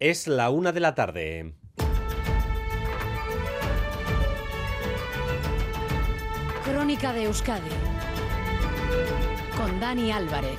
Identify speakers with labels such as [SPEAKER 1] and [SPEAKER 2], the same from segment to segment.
[SPEAKER 1] Es la 1 de la tarde.
[SPEAKER 2] Crónica de Euskadi con Dani Álvarez.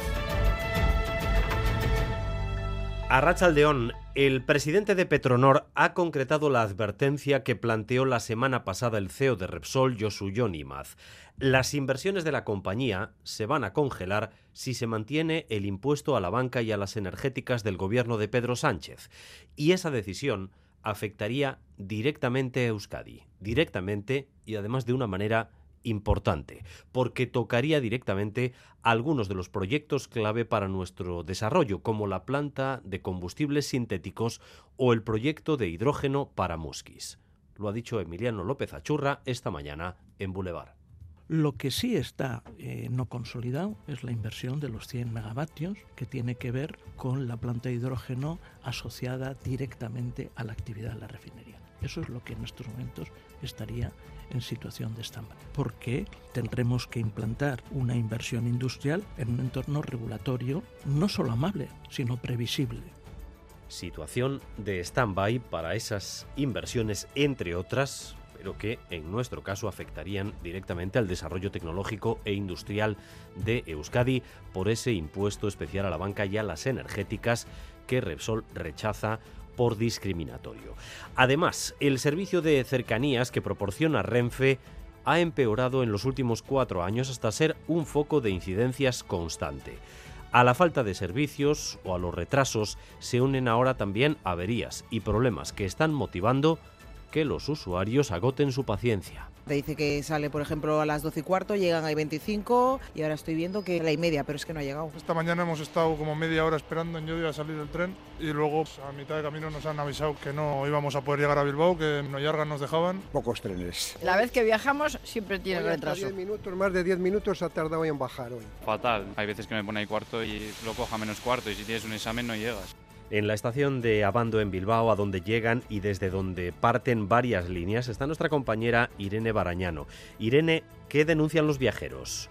[SPEAKER 1] Arratsaldeón, el presidente de Petronor ha concretado la advertencia que planteó la semana pasada el CEO de Repsol, Josu Jon Imaz. Las inversiones de la compañía se van a congelar si se mantiene el impuesto a la banca y a las energéticas del gobierno de Pedro Sánchez. Y esa decisión afectaría directamente a Euskadi. Directamente y además de una manera importante, porque tocaría directamente algunos de los proyectos clave para nuestro desarrollo, como la planta de combustibles sintéticos o el proyecto de hidrógeno para Muskis. Lo ha dicho Emiliano López Achurra esta mañana en Boulevard.
[SPEAKER 3] Lo que sí está no consolidado es la inversión de los 100 megavatios que tiene que ver con la planta de hidrógeno asociada directamente a la actividad de la refinería. Eso es lo que en estos momentos estaría en situación de stand-by, porque tendremos que implantar una inversión industrial en un entorno regulatorio no solo amable, sino previsible.
[SPEAKER 1] Situación de stand-by para esas inversiones, entre otras, pero que en nuestro caso afectarían directamente al desarrollo tecnológico e industrial de Euskadi por ese impuesto especial a la banca y a las energéticas que Repsol rechaza por discriminatorio. Además, el servicio de cercanías que proporciona Renfe ha empeorado en los últimos 4 años hasta ser un foco de incidencias constante. A la falta de servicios o a los retrasos se unen ahora también averías y problemas que están motivando que los usuarios agoten su paciencia.
[SPEAKER 4] Te dice que sale, por ejemplo, a las 12:15, llegan a 25 y ahora estoy viendo que a la 1:30, pero es que no ha llegado.
[SPEAKER 5] Esta mañana hemos estado como media hora esperando en Llodio a salir del tren y luego a mitad de camino nos han avisado que no íbamos a poder llegar a Bilbao, que en Noyarga nos dejaban.
[SPEAKER 6] Pocos trenes.
[SPEAKER 7] La vez que viajamos siempre tiene retraso.
[SPEAKER 6] 10 minutos, más de 10 minutos ha tardado en bajar hoy.
[SPEAKER 8] Fatal, hay veces que me pone ahí cuarto y lo coja menos cuarto y si tienes un examen no llegas.
[SPEAKER 1] En la estación de Abando en Bilbao, a donde llegan y desde donde parten varias líneas, está nuestra compañera Irene Barañano. Irene, ¿qué denuncian los viajeros?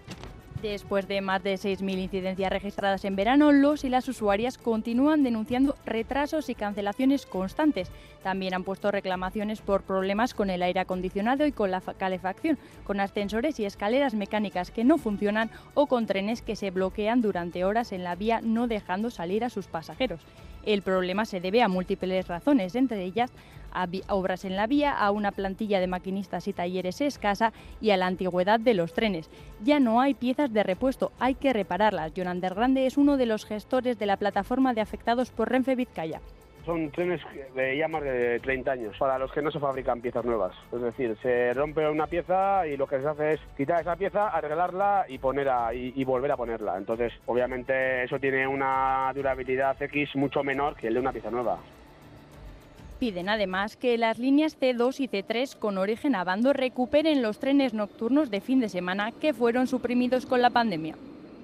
[SPEAKER 9] Después de más de 6.000 incidencias registradas en verano, los y las usuarias continúan denunciando retrasos y cancelaciones constantes. También han puesto reclamaciones por problemas con el aire acondicionado y con la calefacción, con ascensores y escaleras mecánicas que no funcionan o con trenes que se bloquean durante horas en la vía, no dejando salir a sus pasajeros. El problema se debe a múltiples razones, entre ellas a obras en la vía, a una plantilla de maquinistas y talleres escasa y a la antigüedad de los trenes. Ya no hay piezas de repuesto, hay que repararlas. Jonander Grande es uno de los gestores de la plataforma de afectados por Renfe Vizcaya.
[SPEAKER 10] Son trenes de ya más de 30 años, para los que no se fabrican piezas nuevas. Es decir, se rompe una pieza y lo que se hace es quitar esa pieza, arreglarla y volver a ponerla. Entonces, obviamente, eso tiene una durabilidad X mucho menor que el de una pieza nueva.
[SPEAKER 9] Piden además que las líneas C2 y C3 con origen a Abando recuperen los trenes nocturnos de fin de semana que fueron suprimidos con la pandemia.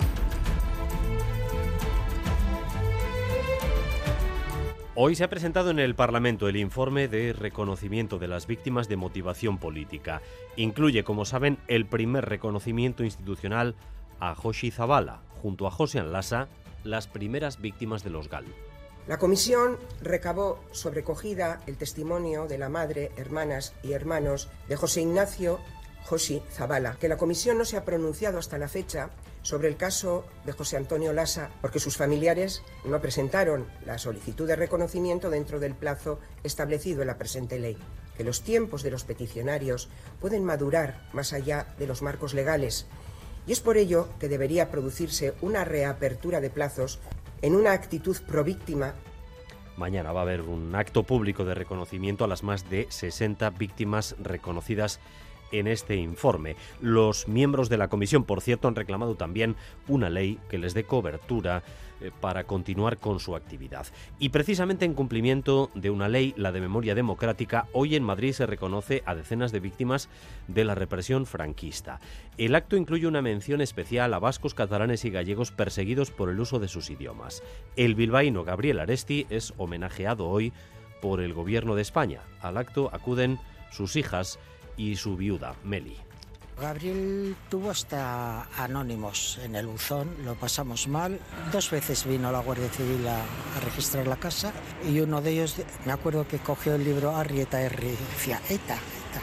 [SPEAKER 1] Hoy se ha presentado en el Parlamento el informe de reconocimiento de las víctimas de motivación política. Incluye, como saben, el primer reconocimiento institucional a Joshi Zabala, junto a José Anlasa, las primeras víctimas de los GAL.
[SPEAKER 11] La comisión recabó sobrecogida el testimonio de la madre, hermanas y hermanos de José Ignacio Joshi Zabala, que la comisión no se ha pronunciado hasta la fecha sobre el caso de José Antonio Lasa, porque sus familiares no presentaron la solicitud de reconocimiento dentro del plazo establecido en la presente ley. Que los tiempos de los peticionarios pueden madurar más allá de los marcos legales, y es por ello que debería producirse una reapertura de plazos en una actitud províctima.
[SPEAKER 1] Mañana va a haber un acto público de reconocimiento a las más de 60 víctimas reconocidas en este informe. Los miembros de la comisión, por cierto, han reclamado también una ley que les dé cobertura para continuar con su actividad. Y precisamente en cumplimiento de una ley, la de memoria democrática, hoy en Madrid se reconoce a decenas de víctimas de la represión franquista. El acto incluye una mención especial a vascos, catalanes y gallegos perseguidos por el uso de sus idiomas. El bilbaíno Gabriel Aresti es homenajeado hoy por el Gobierno de España. Al acto acuden sus hijas y su viuda, Meli.
[SPEAKER 12] Gabriel tuvo hasta anónimos en el buzón, lo pasamos mal. 2 veces vino la Guardia Civil a registrar la casa y uno de ellos, me acuerdo que cogió el libro Arrieta R y decía ETA.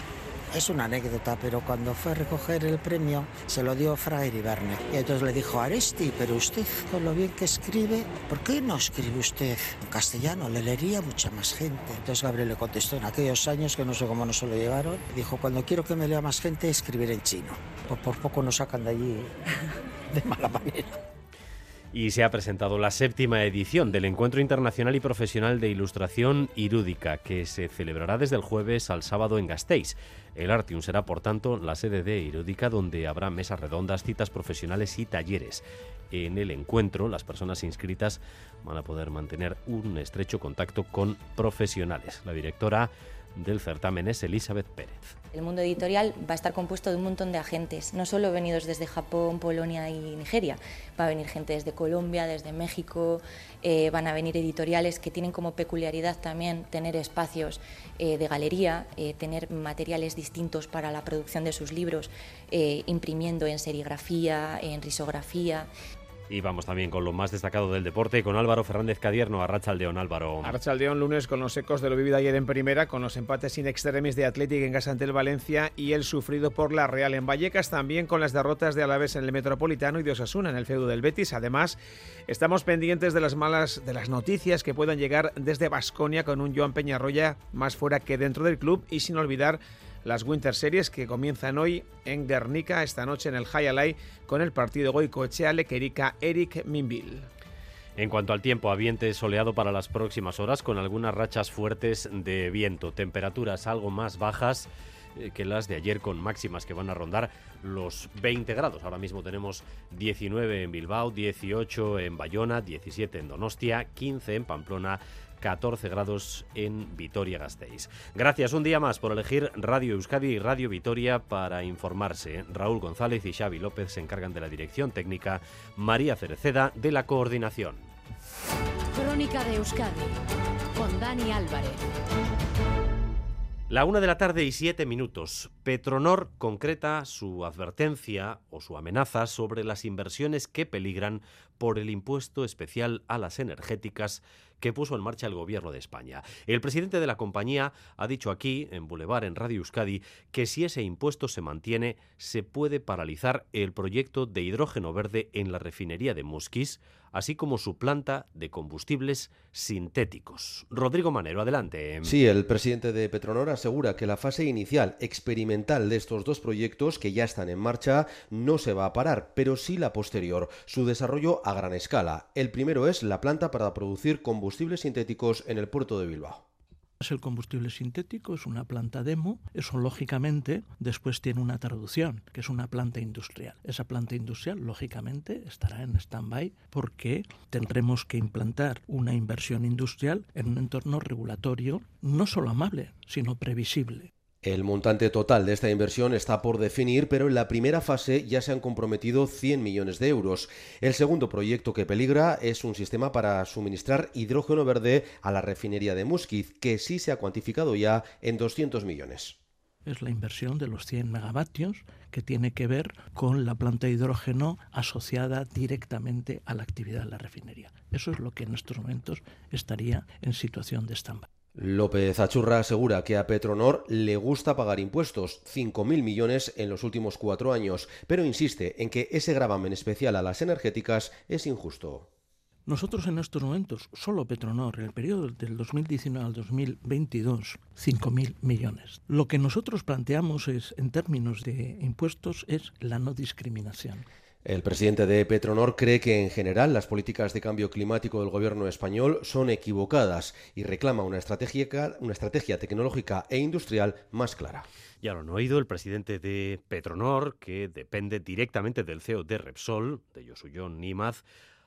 [SPEAKER 12] Es una anécdota, pero cuando fue a recoger el premio se lo dio Fra Iribarne. Y entonces le dijo, Aresti, pero usted con lo bien que escribe, ¿por qué no escribe usted en castellano? Le leería mucha más gente. Entonces Gabriel le contestó, en aquellos años, que no sé cómo nos lo llevaron, dijo, cuando quiero que me lea más gente, escribiré en chino. Pues por poco nos sacan de allí de mala manera.
[SPEAKER 1] Y se ha presentado la 7ª edición del Encuentro Internacional y Profesional de Ilustración Irúdica, que se celebrará desde el jueves al sábado en Gasteiz. El Artium será, por tanto, la sede de Irúdica, donde habrá mesas redondas, citas profesionales y talleres. En el encuentro, las personas inscritas van a poder mantener un estrecho contacto con profesionales. La directora del certamen es Elizabeth Pérez.
[SPEAKER 13] El mundo editorial va a estar compuesto de un montón de agentes, no solo venidos desde Japón, Polonia y Nigeria. Va a venir gente desde Colombia, desde México, van a venir editoriales que tienen como peculiaridad también tener espacios de galería, tener materiales distintos para la producción de sus libros, imprimiendo en serigrafía, en risografía.
[SPEAKER 1] Y vamos también con lo más destacado del deporte, con Álvaro Fernández Cadierno. Arratsaldeón, Álvaro.
[SPEAKER 14] Arratsaldeón, lunes con los ecos de lo vivido ayer en Primera, con los empates in extremis de Athletic en casa ante el Valencia y el sufrido por la Real en Vallecas, también con las derrotas de Alavés en el Metropolitano y de Osasuna en el feudo del Betis. Además, estamos pendientes de las noticias que puedan llegar desde Baskonia, con un Joan Peñarroya más fuera que dentro del club, y sin olvidar las Winter Series que comienzan hoy en Guernica, esta noche en el Jai Alai, con el partido Goicoechea Lequerica Eric Minbil.
[SPEAKER 1] En cuanto al tiempo, ambiente soleado para las próximas horas, con algunas rachas fuertes de viento, temperaturas algo más bajas que las de ayer, con máximas que van a rondar los 20 grados. Ahora mismo tenemos 19 en Bilbao, 18 en Bayona, 17 en Donostia, 15 en Pamplona, 14 grados en Vitoria-Gasteiz. Gracias un día más por elegir Radio Euskadi y Radio Vitoria para informarse. Raúl González y Xavi López se encargan de la dirección técnica, María Cereceda de la coordinación.
[SPEAKER 2] Crónica de Euskadi con Dani Álvarez.
[SPEAKER 1] La 1:07 p.m. Petronor concreta su advertencia o su amenaza sobre las inversiones que peligran por el impuesto especial a las energéticas que puso en marcha el Gobierno de España. El presidente de la compañía ha dicho aquí, en Boulevard, en Radio Euskadi, que si ese impuesto se mantiene, se puede paralizar el proyecto de hidrógeno verde en la refinería de Muskiz, así como su planta de combustibles sintéticos. Rodrigo Manero, adelante.
[SPEAKER 15] Sí, el presidente de Petronor asegura que la fase inicial experimental de estos dos proyectos, que ya están en marcha, no se va a parar, pero sí la posterior, su desarrollo a gran escala. El primero es la planta para producir combustibles sintéticos en el puerto de Bilbao.
[SPEAKER 3] El combustible sintético es una planta demo, eso lógicamente después tiene una traducción, que es una planta industrial. Esa planta industrial lógicamente estará en stand-by porque tendremos que implantar una inversión industrial en un entorno regulatorio no solo amable, sino previsible.
[SPEAKER 15] El montante total de esta inversión está por definir, pero en la primera fase ya se han comprometido 100 millones de euros. El segundo proyecto que peligra es un sistema para suministrar hidrógeno verde a la refinería de Muskiz, que sí se ha cuantificado ya en 200 millones.
[SPEAKER 3] Es la inversión de los 100 megavatios que tiene que ver con la planta de hidrógeno asociada directamente a la actividad de la refinería. Eso es lo que en estos momentos estaría en situación de stand-by.
[SPEAKER 15] López Achurra asegura que a Petronor le gusta pagar impuestos, 5.000 millones en los últimos 4 años, pero insiste en que ese gravamen especial a las energéticas es injusto.
[SPEAKER 3] Nosotros en estos momentos, solo Petronor, en el periodo del 2019 al 2022, 5.000 millones. Lo que nosotros planteamos es, en términos de impuestos, es la no discriminación.
[SPEAKER 15] El presidente de Petronor cree que en general las políticas de cambio climático del gobierno español son equivocadas y reclama una estrategia tecnológica e industrial más clara.
[SPEAKER 1] Ya lo han oído, el presidente de Petronor, que depende directamente del CEO de Repsol, de Yosuyon Nímaz,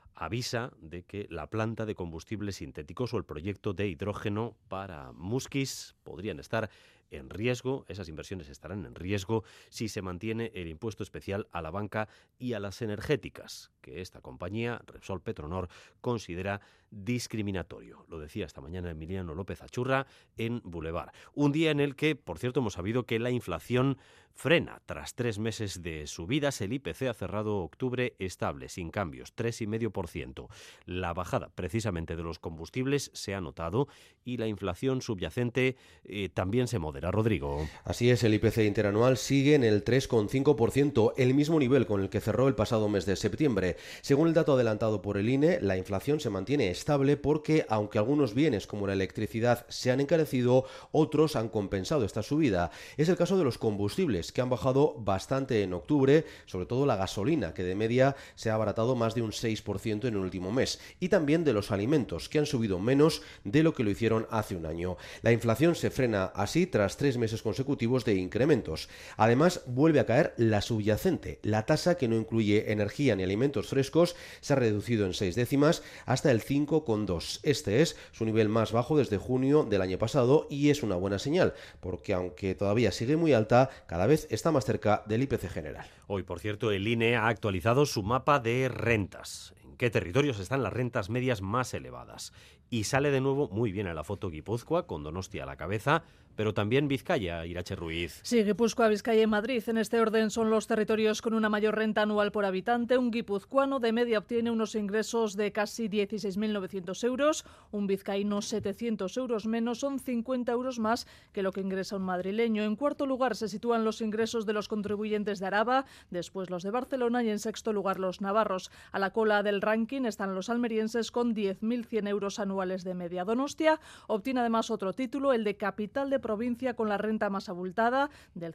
[SPEAKER 1] avisa de que la planta de combustibles sintéticos o el proyecto de hidrógeno para Muskiz podrían estar en riesgo, esas inversiones estarán en riesgo si se mantiene el impuesto especial a la banca y a las energéticas, que esta compañía, Repsol Petronor, considera discriminatorio. Lo decía esta mañana Emiliano López Achurra en Boulevard. Un día en el que, por cierto, hemos sabido que la inflación frena. Tras 3 meses de subidas, el IPC ha cerrado octubre estable, sin cambios, 3,5%. La bajada precisamente de los combustibles se ha notado y la inflación subyacente también se modera. Rodrigo.
[SPEAKER 15] Así es, el IPC interanual sigue en el 3,5%, el mismo nivel con el que cerró el pasado mes de septiembre. Según el dato adelantado por el INE, la inflación se mantiene estable porque, aunque algunos bienes como la electricidad se han encarecido, otros han compensado esta subida. Es el caso de los combustibles, que han bajado bastante en octubre, sobre todo la gasolina, que de media se ha abaratado más de un 6% en el último mes, y también de los alimentos, que han subido menos de lo que lo hicieron hace un año. La inflación se frena así tras 3 meses consecutivos de incrementos. Además, vuelve a caer la subyacente. La tasa, que no incluye energía ni alimentos frescos, se ha reducido en 6 décimas hasta el 5,2. Este es su nivel más bajo desde junio del año pasado y es una buena señal, porque aunque todavía sigue muy alta, cada vez está más cerca del IPC general.
[SPEAKER 1] Hoy, por cierto, el INE ha actualizado su mapa de rentas. ¿En qué territorios están las rentas medias más elevadas? Y sale de nuevo muy bien en la foto Guipúzcoa, con Donostia a la cabeza, pero también Vizcaya, Irache Ruiz.
[SPEAKER 16] Sí, Guipúzcoa, Vizcaya y Madrid. En este orden son los territorios con una mayor renta anual por habitante. Un guipuzcoano de media obtiene unos ingresos de casi 16.900 euros. Un vizcaíno 700 euros menos, son 50 euros más que lo que ingresa un madrileño. En cuarto lugar se sitúan los ingresos de los contribuyentes de Araba, después los de Barcelona y en sexto lugar los navarros. A la cola del ranking están los almerienses con 10.100 euros anuales de media. Donostia obtiene además otro título, el de capital de provincia con la renta más abultada, del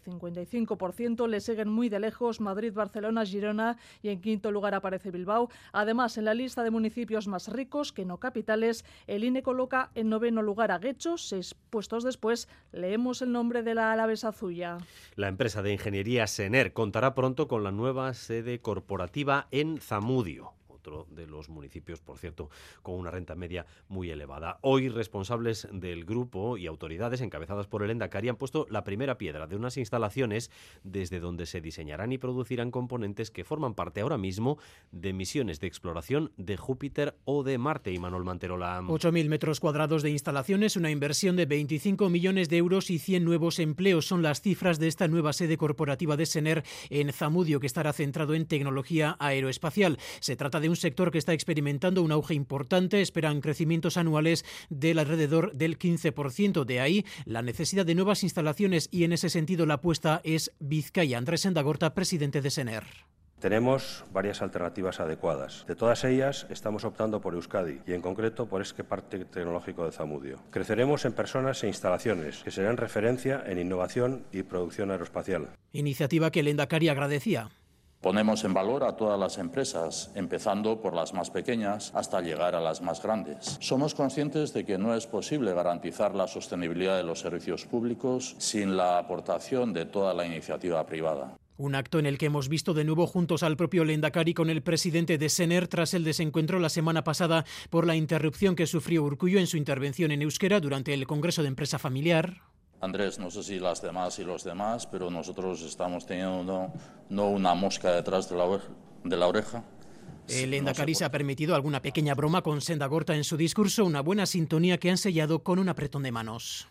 [SPEAKER 16] 55%. Le siguen muy de lejos Madrid, Barcelona, Girona y en quinto lugar aparece Bilbao. Además, en la lista de municipios más ricos que no capitales, el INE coloca en noveno lugar a Guecho. 6 puestos después leemos el nombre de la alavesa Zuya.
[SPEAKER 1] La empresa de ingeniería Sener contará pronto con la nueva sede corporativa en Zamudio, otro de los municipios, por cierto, con una renta media muy elevada. Hoy, responsables del grupo y autoridades encabezadas por el Endacari han puesto la primera piedra de unas instalaciones desde donde se diseñarán y producirán componentes que forman parte ahora mismo de misiones de exploración de Júpiter o de Marte. Y Manuel Manterola.
[SPEAKER 17] 8.000 metros cuadrados de instalaciones, una inversión de 25 millones de euros y 100 nuevos empleos son las cifras de esta nueva sede corporativa de Sener en Zamudio, que estará centrado en tecnología aeroespacial. Se trata de un sector que está experimentando un auge importante, esperan crecimientos anuales del alrededor del 15%. De ahí la necesidad de nuevas instalaciones y en ese sentido la apuesta es Vizcaya. Andrés Endagorta, presidente de Sener.
[SPEAKER 18] Tenemos varias alternativas adecuadas. De todas ellas, estamos optando por Euskadi y, en concreto, por este parque tecnológico de Zamudio. Creceremos en personas e instalaciones que serán referencia en innovación y producción aeroespacial.
[SPEAKER 17] Iniciativa que el Endacari agradecía.
[SPEAKER 19] Ponemos en valor a todas las empresas, empezando por las más pequeñas hasta llegar a las más grandes. Somos conscientes de que no es posible garantizar la sostenibilidad de los servicios públicos sin la aportación de toda la iniciativa privada.
[SPEAKER 17] Un acto en el que hemos visto de nuevo juntos al propio Lehendakari con el presidente de Sener tras el desencuentro la semana pasada por la interrupción que sufrió Urkullu en su intervención en euskera durante el Congreso de Empresa Familiar.
[SPEAKER 19] Andrés, no sé si las demás y los demás, pero nosotros estamos teniendo no una mosca detrás de la oreja.
[SPEAKER 17] El Lehendakari se ha permitido alguna pequeña broma con Endagorta en su discurso, una buena sintonía que han sellado con un apretón de manos.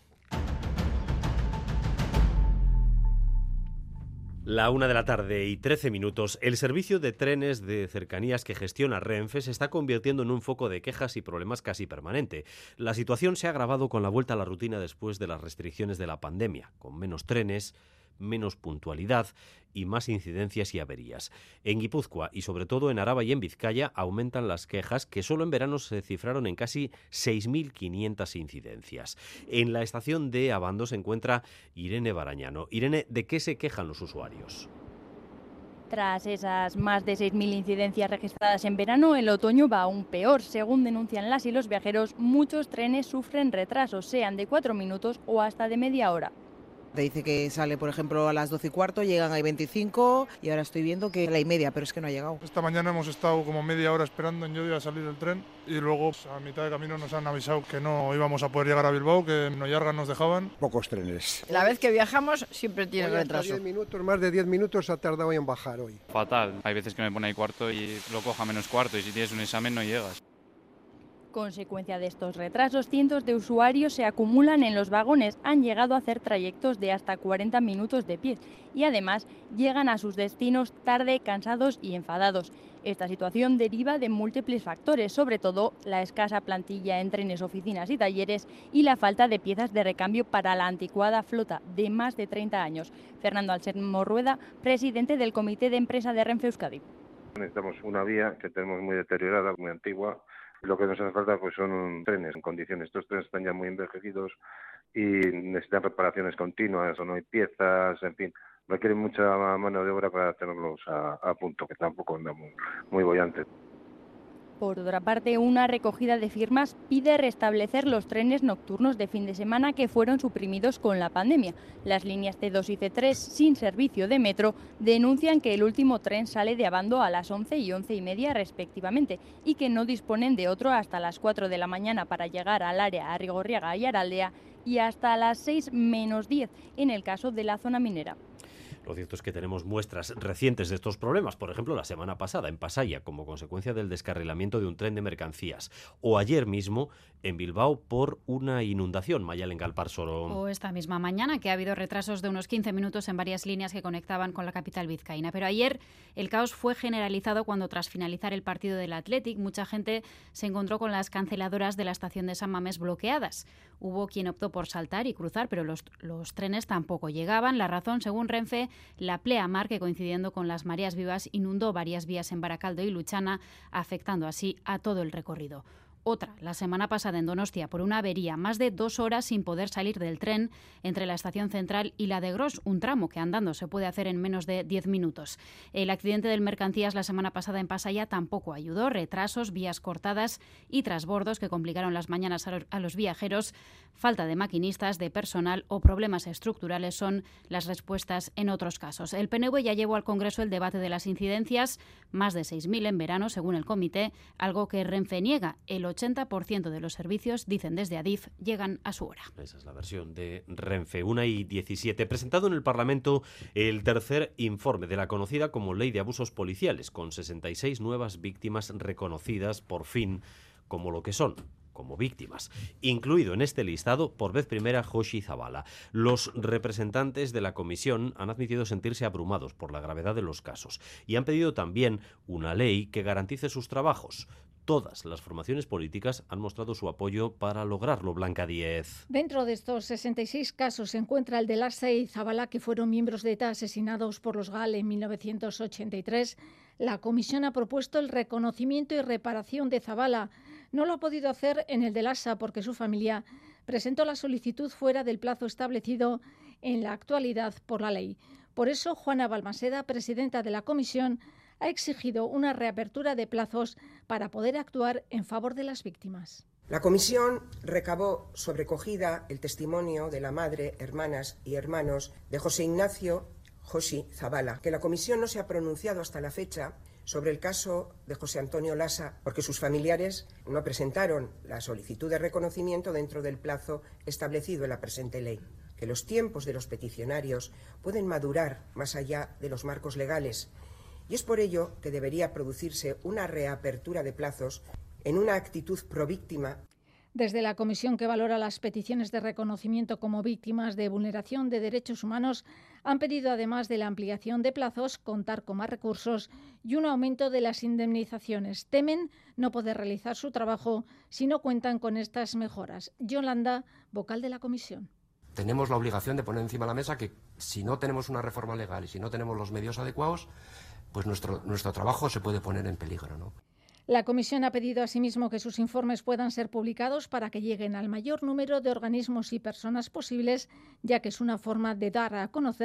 [SPEAKER 1] La 1:13 p.m. El servicio de trenes de cercanías que gestiona Renfe se está convirtiendo en un foco de quejas y problemas casi permanente. La situación se ha agravado con la vuelta a la rutina después de las restricciones de la pandemia, con menos trenes, menos puntualidad y más incidencias y averías. En Guipúzcoa y sobre todo en Araba y en Vizcaya aumentan las quejas, que solo en verano se cifraron en casi 6.500 incidencias. En la estación de Abando se encuentra Irene Barañano. Irene, ¿de qué se quejan los usuarios?
[SPEAKER 9] Tras esas más de 6.000 incidencias registradas en verano, el otoño va aún peor. Según denuncian las y los viajeros, muchos trenes sufren retrasos, sean de 4 minutos o hasta de media hora.
[SPEAKER 4] Te dice que sale, por ejemplo, a las 12:15, llegan a 25 y ahora estoy viendo que a la 1:30, pero es que no ha llegado.
[SPEAKER 5] Esta mañana hemos estado como media hora esperando en Llodio a salir del tren y luego a mitad de camino nos han avisado que no íbamos a poder llegar a Bilbao, que en Noyarga nos dejaban.
[SPEAKER 6] Pocos trenes.
[SPEAKER 7] La vez que viajamos siempre tiene retraso.
[SPEAKER 6] 10 minutos, más de 10 minutos ha tardado en bajar hoy.
[SPEAKER 8] Fatal. Hay veces que me pone ahí cuarto y lo coja menos cuarto y si tienes un examen no llegas.
[SPEAKER 9] Consecuencia de estos retrasos, cientos de usuarios se acumulan en los vagones, han llegado a hacer trayectos de hasta 40 minutos de pie y además llegan a sus destinos tarde, cansados y enfadados. Esta situación deriva de múltiples factores, sobre todo la escasa plantilla en trenes, oficinas y talleres y la falta de piezas de recambio para la anticuada flota de más de 30 años. Fernando Anselmo Rueda, presidente del Comité de Empresa de Renfe Euskadi.
[SPEAKER 20] Necesitamos una vía que tenemos muy deteriorada, muy antigua. Lo que nos hace falta pues son trenes en condiciones. Estos trenes están ya muy envejecidos y necesitan reparaciones continuas o no hay piezas, en fin. Requieren mucha mano de obra para tenerlos a punto, que tampoco andamos muy bollantes.
[SPEAKER 9] Por otra parte, una recogida de firmas pide restablecer los trenes nocturnos de fin de semana que fueron suprimidos con la pandemia. Las líneas C2 y C3 sin servicio de metro denuncian que el último tren sale de Abando a las 11 y 11:30 respectivamente y que no disponen de otro hasta las 4 de la mañana para llegar al área Arrigorriaga y Araldea y hasta las 6 menos 10 en el caso de la zona minera.
[SPEAKER 1] Lo cierto es que tenemos muestras recientes de estos problemas, por ejemplo, la semana pasada en Pasaia, como consecuencia del descarrilamiento de un tren de mercancías, o ayer mismo en Bilbao por una inundación, Mayalen Galparsoro.
[SPEAKER 21] O esta misma mañana, que ha habido retrasos de unos 15 minutos en varias líneas que conectaban con la capital vizcaína. Pero ayer el caos fue generalizado cuando, tras finalizar el partido del Athletic, mucha gente se encontró con las canceladoras de la estación de San Mamés bloqueadas. Hubo quien optó por saltar y cruzar, pero los trenes tampoco llegaban. La razón, según Renfe, la pleamar, que coincidiendo con las mareas vivas inundó varias vías en Baracaldo y Luchana, afectando así a todo el recorrido. Otra, la semana pasada en Donostia, por una avería, más de 2 horas sin poder salir del tren entre la estación central y la de Gros, un tramo que andando se puede hacer en menos de 10 minutos. El accidente del Mercancías la semana pasada en Pasaia tampoco ayudó. Retrasos, vías cortadas y trasbordos que complicaron las mañanas a los viajeros. Falta de maquinistas, de personal o problemas estructurales son las respuestas en otros casos. El PNV ya llevó al Congreso el debate de las incidencias, más de 6.000 en verano, según el comité, algo que Renfe niega. El 80% de los servicios, dicen desde Adif, llegan a su hora.
[SPEAKER 1] Esa es la versión de Renfe, 1:17. Presentado en el Parlamento el tercer informe de la conocida como Ley de Abusos Policiales, con 66 nuevas víctimas reconocidas por fin como lo que son, como víctimas. Incluido en este listado, por vez primera, Joshi Zabala. Los representantes de la comisión han admitido sentirse abrumados por la gravedad de los casos y han pedido también una ley que garantice sus trabajos. Todas las formaciones políticas han mostrado su apoyo para lograrlo, Blanca Díez.
[SPEAKER 22] Dentro de estos 66 casos se encuentra el de Lassa y Zabala, que fueron miembros de ETA asesinados por los GAL en 1983. La comisión ha propuesto el reconocimiento y reparación de Zabala. No lo ha podido hacer en el de Lassa porque su familia presentó la solicitud fuera del plazo establecido en la actualidad por la ley. Por eso, Juana Balmaseda, presidenta de la comisión, ha exigido una reapertura de plazos para poder actuar en favor de las víctimas.
[SPEAKER 11] La comisión recabó sobrecogida el testimonio de la madre, hermanas y hermanos de José Ignacio Joshi Zabala, que la comisión no se ha pronunciado hasta la fecha sobre el caso de José Antonio Lassa, porque sus familiares no presentaron la solicitud de reconocimiento dentro del plazo establecido en la presente ley. Que los tiempos de los peticionarios pueden madurar más allá de los marcos legales, y es por ello que debería producirse una reapertura de plazos en una actitud províctima.
[SPEAKER 22] Desde la comisión que valora las peticiones de reconocimiento como víctimas de vulneración de derechos humanos han pedido, además de la ampliación de plazos, contar con más recursos y un aumento de las indemnizaciones. Temen no poder realizar su trabajo si no cuentan con estas mejoras. Yolanda, vocal de la comisión.
[SPEAKER 23] Tenemos la obligación de poner encima de la mesa que si no tenemos una reforma legal y si no tenemos los medios adecuados, pues nuestro trabajo se puede poner en peligro, ¿no?
[SPEAKER 22] La comisión ha pedido asimismo que sus informes puedan ser publicados para que lleguen al mayor número de organismos y personas posibles, ya que es una forma de dar a conocer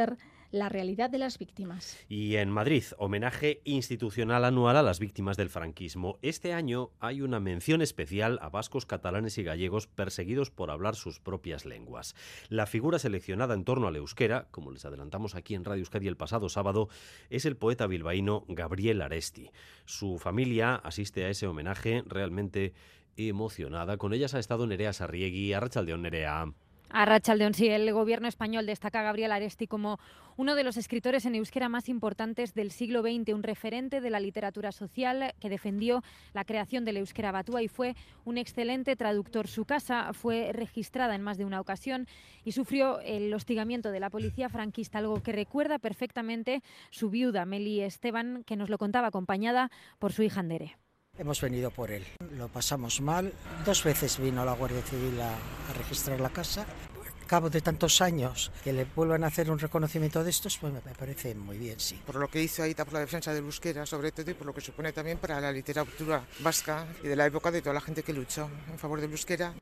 [SPEAKER 22] la realidad de las víctimas.
[SPEAKER 1] Y en Madrid, homenaje institucional anual a las víctimas del franquismo. Este año hay una mención especial a vascos, catalanes y gallegos perseguidos por hablar sus propias lenguas. La figura seleccionada en torno al euskera, como les adelantamos aquí en Radio Euskadi el pasado sábado, es el poeta bilbaíno Gabriel Aresti. Su familia asiste a ese homenaje realmente emocionada. Con ellas ha estado Nerea Sarriegui. Arratsaldeon, Nerea.
[SPEAKER 10] Arratsaldeon, sí, el gobierno español destaca a Gabriel Aresti como uno de los escritores en euskera más importantes del siglo XX, un referente de la literatura social que defendió la creación del euskera batua y fue un excelente traductor. Su casa fue registrada en más de una ocasión y sufrió el hostigamiento de la policía franquista, algo que recuerda perfectamente su viuda, Meli Esteban, que nos lo contaba acompañada por su hija Andere.
[SPEAKER 12] Hemos venido por él, lo pasamos mal. 2 veces vino la Guardia Civil a registrar la casa. Al cabo de tantos años que le vuelvan a hacer un reconocimiento de estos, pues me parece muy bien, sí.
[SPEAKER 13] Por lo que hizo ahí por la defensa del euskera, sobre todo, y por lo que supone también para la literatura vasca y de la época de toda la gente que luchó en favor del euskera.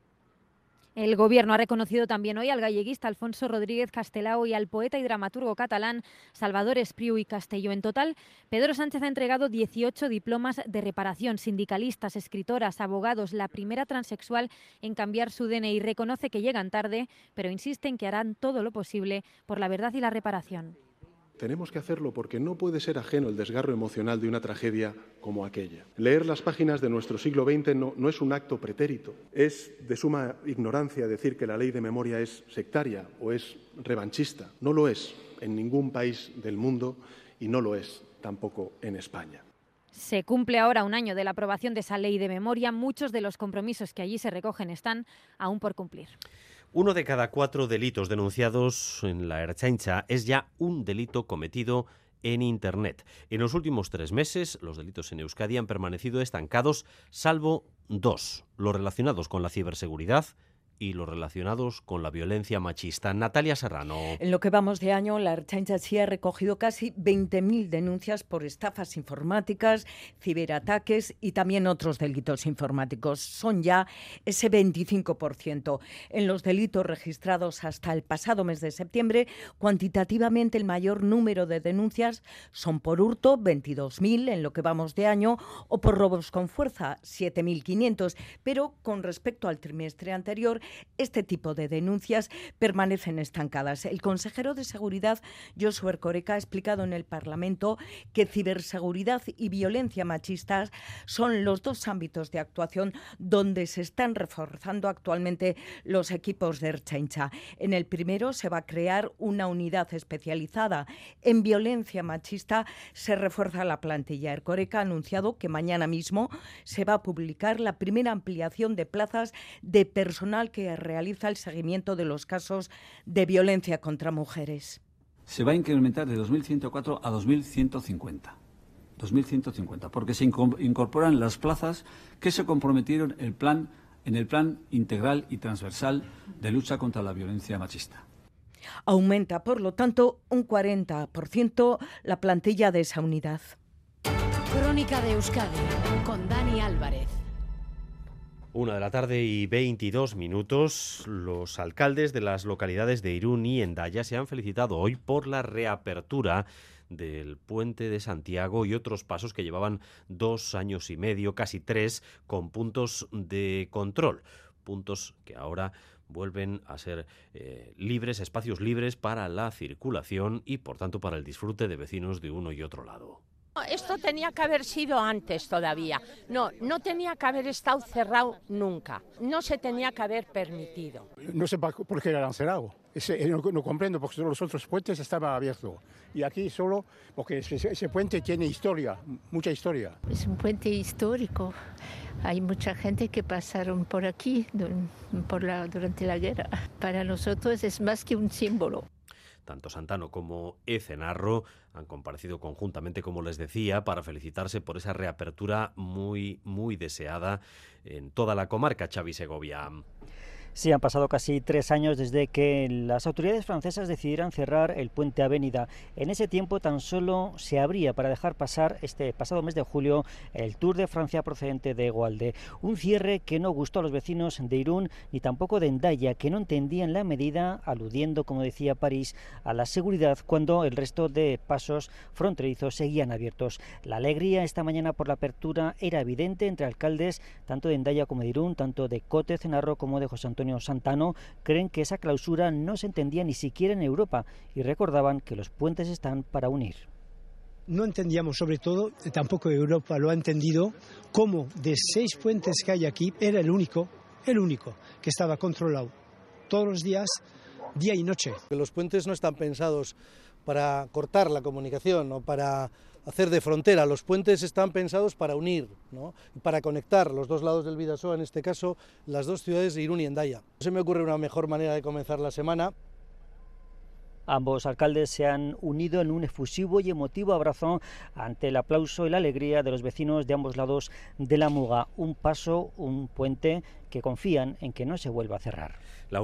[SPEAKER 10] El Gobierno ha reconocido también hoy al galleguista Alfonso Rodríguez Castelao y al poeta y dramaturgo catalán Salvador Espriu y Castelló. En total, Pedro Sánchez ha entregado 18 diplomas de reparación. Sindicalistas, escritoras, abogados, la primera transexual en cambiar su DNI. Reconoce que llegan tarde, pero insisten que harán todo lo posible por la verdad y la reparación.
[SPEAKER 24] Tenemos que hacerlo porque no puede ser ajeno el desgarro emocional de una tragedia como aquella. Leer las páginas de nuestro siglo XX no es un acto pretérito. Es de suma ignorancia decir que la ley de memoria es sectaria o es revanchista. No lo es en ningún país del mundo y no lo es tampoco en España.
[SPEAKER 10] Se cumple ahora un año de la aprobación de esa ley de memoria. Muchos de los compromisos que allí se recogen están aún por cumplir.
[SPEAKER 1] 1 de cada 4 delitos denunciados en la Ertzaintza es ya un delito cometido en Internet. En los últimos 3 meses, los delitos en Euskadi han permanecido estancados, salvo 2, los relacionados con la ciberseguridad y los relacionados con la violencia machista. Natalia Serrano.
[SPEAKER 25] En lo que vamos de año, la Ertzaintza sí ha recogido casi 20.000 denuncias por estafas informáticas, ciberataques y también otros delitos informáticos. Son ya ese 25%. En los delitos registrados hasta el pasado mes de septiembre, cuantitativamente el mayor número de denuncias son por hurto, 22.000 en lo que vamos de año, o por robos con fuerza, 7.500. Pero con respecto al trimestre anterior, este tipo de denuncias permanecen estancadas. El consejero de Seguridad, Josu Erkoreka, ha explicado en el Parlamento que ciberseguridad y violencia machistas son los 2 ámbitos de actuación donde se están reforzando actualmente los equipos de Ertzaintza. En el primero se va a crear una unidad especializada en violencia machista, se refuerza la plantilla. Erkoreka ha anunciado que mañana mismo se va a publicar la primera ampliación de plazas de personal que realiza el seguimiento de los casos de violencia contra mujeres.
[SPEAKER 26] Se va a incrementar de 2.104 a 2.150. 2.150, porque se incorporan las plazas que se comprometieron en el plan integral y transversal de lucha contra la violencia machista.
[SPEAKER 25] Aumenta, por lo tanto, un 40% la plantilla de esa unidad.
[SPEAKER 2] Crónica de Euskadi, con Dani Álvarez.
[SPEAKER 1] 1 de la tarde y 22 minutos. Los alcaldes de las localidades de Irún y Hendaya se han felicitado hoy por la reapertura del puente de Santiago y otros pasos que llevaban 2 años y medio, casi 3, con puntos de control. Puntos que ahora vuelven a ser libres, espacios libres para la circulación y, por tanto, para el disfrute de vecinos de uno y otro lado.
[SPEAKER 27] Esto tenía que haber sido antes todavía. No tenía que haber estado cerrado nunca. No se tenía que haber permitido.
[SPEAKER 28] No sé por qué lo han cerrado. No comprendo, porque los otros puentes estaban abiertos. Y aquí solo porque ese puente tiene historia, mucha historia.
[SPEAKER 29] Es un puente histórico. Hay mucha gente que pasaron por aquí durante la guerra. Para nosotros es más que un símbolo.
[SPEAKER 1] Tanto Santano como Ecenarro han comparecido conjuntamente, como les decía, para felicitarse por esa reapertura muy, muy deseada en toda la comarca, Xavi Segovia.
[SPEAKER 3] Sí, han pasado casi 3 años desde que las autoridades francesas decidieran cerrar el puente Avenida. En ese tiempo tan solo se abría para dejar pasar este pasado mes de julio el Tour de Francia procedente de Gualde. Un cierre que no gustó a los vecinos de Irún ni tampoco de Hendaya, que no entendían la medida, aludiendo, como decía París, a la seguridad cuando el resto de pasos fronterizos seguían abiertos. La alegría esta mañana por la apertura era evidente entre alcaldes tanto de Hendaya como de Irún, tanto de Cote Cenarro como de José Antonio Santano. Creen que esa clausura no se entendía ni siquiera en Europa y recordaban que los puentes están para unir.
[SPEAKER 4] No entendíamos, sobre todo, tampoco Europa lo ha entendido, cómo de 6 puentes que hay aquí era el único que estaba controlado todos los días, día y noche.
[SPEAKER 5] Los puentes no están pensados para cortar la comunicación o para hacer de frontera. Los puentes están pensados para unir, ¿no? Para conectar los dos lados del Bidasoa, en este caso las dos ciudades de Irún y Hendaya. No se me ocurre una mejor manera de comenzar la semana.
[SPEAKER 3] Ambos alcaldes se han unido en un efusivo y emotivo abrazo ante el aplauso y la alegría de los vecinos de ambos lados de la Muga. Un paso, un puente que confían en que no se vuelva a cerrar.
[SPEAKER 1] La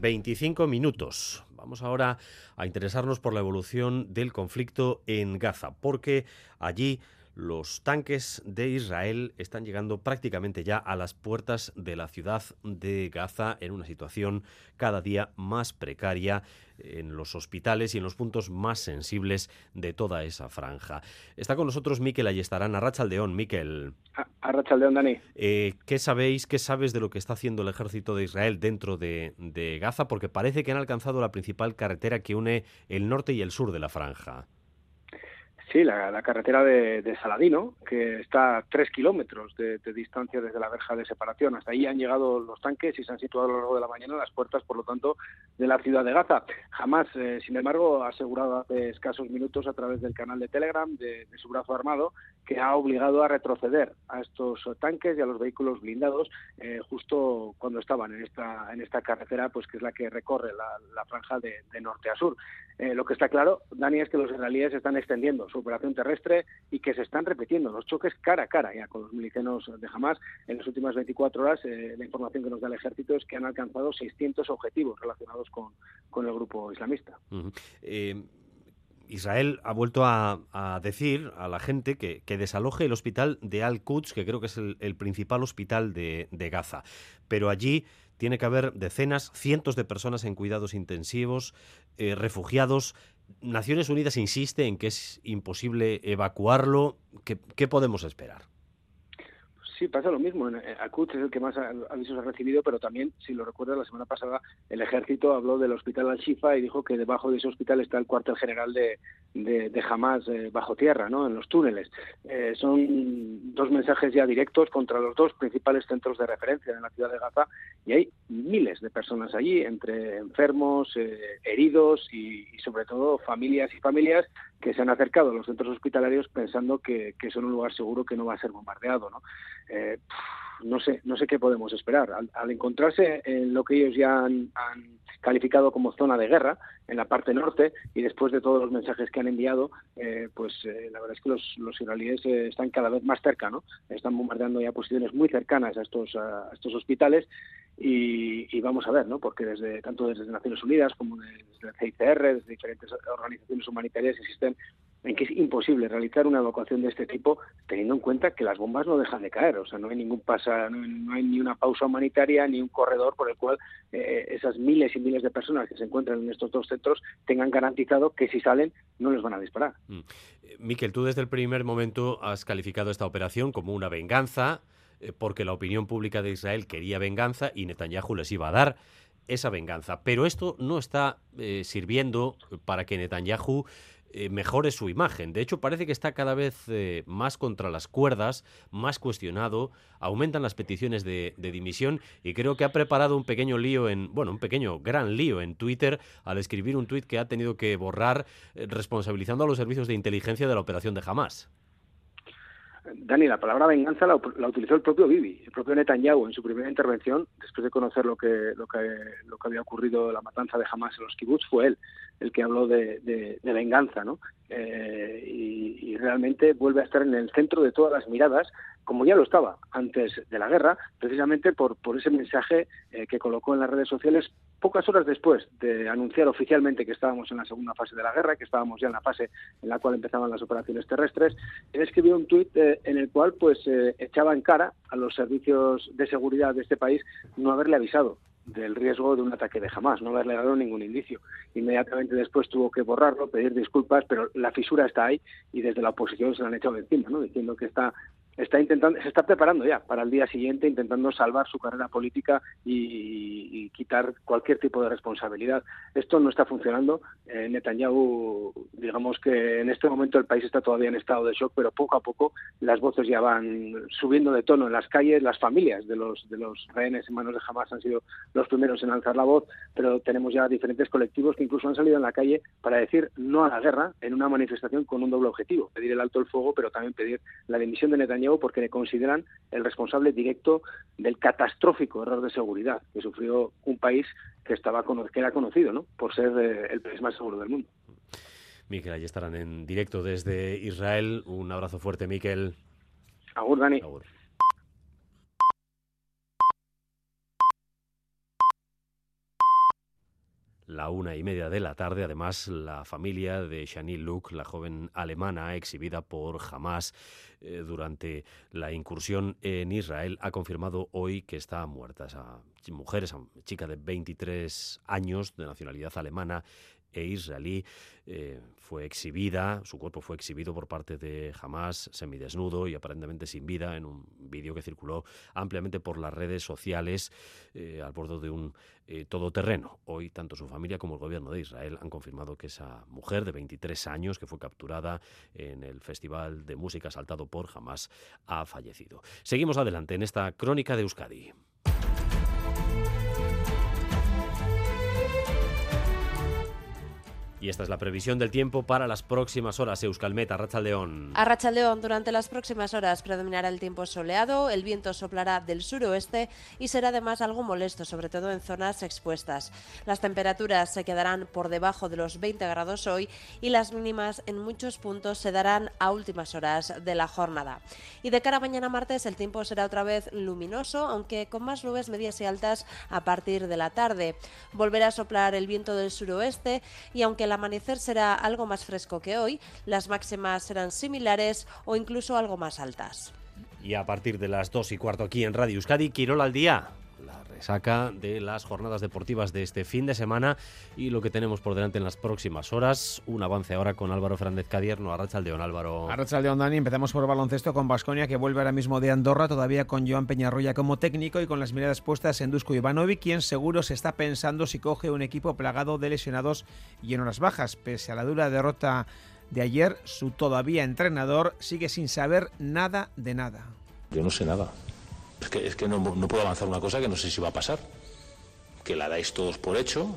[SPEAKER 1] 1:25. Vamos ahora a interesarnos por la evolución del conflicto en Gaza, porque allí los tanques de Israel están llegando prácticamente ya a las puertas de la ciudad de Gaza en una situación cada día más precaria en los hospitales y en los puntos más sensibles de toda esa franja. Está con nosotros Mikel Ayestarán. Arratsaldeon, Mikel.
[SPEAKER 14] Arratsaldeon, Dani.
[SPEAKER 1] ¿Qué sabes de lo que está haciendo el ejército de Israel dentro de Gaza? Porque parece que han alcanzado la principal carretera que une el norte y el sur de la franja.
[SPEAKER 14] Sí, la carretera de Saladino, que está a 3 kilómetros de distancia desde la verja de separación. Hasta ahí han llegado los tanques y se han situado a lo largo de la mañana en las puertas, por lo tanto, de la ciudad de Gaza. Hamas, sin embargo, ha asegurado hace escasos minutos a través del canal de Telegram de su brazo armado que ha obligado a retroceder a estos tanques y a los vehículos blindados justo cuando estaban en esta carretera, pues que es la que recorre la franja de norte a sur. Lo que está claro, Dani, es que los israelíes están extendiendo su operación terrestre y que se están repitiendo los choques cara a cara ya con los milicianos de Hamas. En las últimas 24 horas, la información que nos da el ejército es que han alcanzado 600 objetivos relacionados con el grupo islamista.
[SPEAKER 1] Uh-huh. Israel ha vuelto a decir a la gente que desaloje el hospital de Al-Quds, que creo que es el principal hospital de Gaza. Pero allí tiene que haber decenas, cientos de personas en cuidados intensivos, refugiados. Naciones Unidas insiste en que es imposible evacuarlo. ¿Qué podemos esperar?
[SPEAKER 14] Sí, pasa lo mismo. Al-Quds es el que más avisos ha recibido, pero también, si lo recuerdas, la semana pasada el ejército habló del hospital Al-Shifa y dijo que debajo de ese hospital está el cuartel general de Hamas bajo tierra, ¿no? En los túneles. Son 2 mensajes ya directos contra los 2 principales centros de referencia en la ciudad de Gaza y hay miles de personas allí, entre enfermos, heridos y sobre todo familias y familias que se han acercado a los centros hospitalarios pensando que son un lugar seguro que no va a ser bombardeado, ¿no? No sé qué podemos esperar. Al encontrarse en lo que ellos ya han calificado como zona de guerra, en la parte norte, y después de todos los mensajes que han enviado, la verdad es que los israelíes están cada vez más cerca, ¿no? Están bombardeando ya posiciones muy cercanas a estos hospitales y vamos a ver, ¿no? Porque tanto desde Naciones Unidas como desde el CICR, desde diferentes organizaciones humanitarias insisten en que es imposible realizar una evacuación de este tipo teniendo en cuenta que las bombas no dejan de caer, o sea, no hay no hay ni una pausa humanitaria ni un corredor por el cual esas miles y miles de personas que se encuentran en estos 2 centros tengan garantizado que si salen no les van a disparar.
[SPEAKER 1] Mikel, tú desde el primer momento has calificado esta operación como una venganza porque la opinión pública de Israel quería venganza y Netanyahu les iba a dar esa venganza, pero esto no está sirviendo para que Netanyahu mejore su imagen. De hecho, parece que está cada vez más contra las cuerdas, más cuestionado, aumentan las peticiones de dimisión y creo que ha preparado un pequeño gran lío en Twitter al escribir un tuit que ha tenido que borrar responsabilizando a los servicios de inteligencia de la operación de Hamas.
[SPEAKER 14] Dani, la palabra venganza la utilizó el propio Bibi, el propio Netanyahu en su primera intervención, después de conocer lo que había ocurrido, la matanza de Hamas en los kibbutz, fue él el que habló de venganza, ¿no? y realmente vuelve a estar en el centro de todas las miradas, como ya lo estaba antes de la guerra, precisamente por ese mensaje que colocó en las redes sociales pocas horas después de anunciar oficialmente que estábamos en la segunda fase de la guerra, que estábamos ya en la fase en la cual empezaban las operaciones terrestres. Él escribió un tuit en el cual echaba en cara a los servicios de seguridad de este país no haberle avisado del riesgo de un ataque de Hamás, no haberle dado ningún indicio. Inmediatamente después tuvo que borrarlo, pedir disculpas, pero la fisura está ahí y desde la oposición se la han echado de encima, ¿no? Diciendo que se está preparando ya para el día siguiente, intentando salvar su carrera política y quitar cualquier tipo de responsabilidad. Esto no está funcionando. Netanyahu, digamos que en este momento el país está todavía en estado de shock, pero poco a poco las voces ya van subiendo de tono en las calles. Las familias de los rehenes en manos de Hamás han sido los primeros en alzar la voz, pero tenemos ya diferentes colectivos que incluso han salido en la calle para decir no a la guerra en una manifestación con un doble objetivo: pedir el alto el fuego, pero también pedir la dimisión de Netanyahu, porque le consideran el responsable directo del catastrófico error de seguridad que sufrió un país que era conocido, ¿no?, por ser el país más seguro del mundo.
[SPEAKER 1] Mikel, allí estarán en directo desde Israel. Un abrazo fuerte, Mikel.
[SPEAKER 14] Agur, Dani.
[SPEAKER 1] Agur. La 1:30 de la tarde. Además, la familia de Shani Luke, la joven alemana exhibida por Hamás durante la incursión en Israel, ha confirmado hoy que está muerta. Esa mujer, esa chica de 23 años, de nacionalidad alemana e israelí, fue exhibida, su cuerpo fue exhibido por parte de Hamás, semidesnudo y aparentemente sin vida, en un vídeo que circuló ampliamente por las redes sociales al bordo de un todoterreno. Hoy, tanto su familia como el gobierno de Israel han confirmado que esa mujer de 23 años, que fue capturada en el Festival de Música asaltado por Hamás, ha fallecido. Seguimos adelante en esta crónica de Euskadi. Y esta es la previsión del tiempo para las próximas horas. Euskalmet, Arratsaldeon.
[SPEAKER 6] Arratsaldeon, durante las próximas horas predominará el tiempo soleado, el viento soplará del suroeste y será además algo molesto, sobre todo en zonas expuestas. Las temperaturas se quedarán por debajo de los 20 grados hoy y las mínimas en muchos puntos se darán a últimas horas de la jornada. Y de cara a mañana martes el tiempo será otra vez luminoso, aunque con más nubes medias y altas a partir de la tarde. Volverá a soplar el viento del suroeste y aunque el amanecer será algo más fresco que hoy, las máximas serán similares o incluso algo más altas.
[SPEAKER 1] Y a partir de las 2:15 aquí en Radio Euskadi, Quirol al día. La resaca de las jornadas deportivas de este fin de semana y lo que tenemos por delante en las próximas horas. Un avance ahora con Álvaro Fernández Cadierno. Arratsaldeon, Álvaro.
[SPEAKER 7] Arratsaldeon, Dani. Empezamos por baloncesto con Baskonia, que vuelve ahora mismo de Andorra, todavía con Joan Peñarroya como técnico y con las miradas puestas en Dusko Ivanovic, quien seguro se está pensando si coge un equipo plagado de lesionados y en horas bajas. Pese a la dura derrota de ayer, su todavía entrenador sigue sin saber nada de nada.
[SPEAKER 8] Yo no sé nada. Es que no puedo avanzar una cosa que no sé si va a pasar. Que la dais todos por hecho.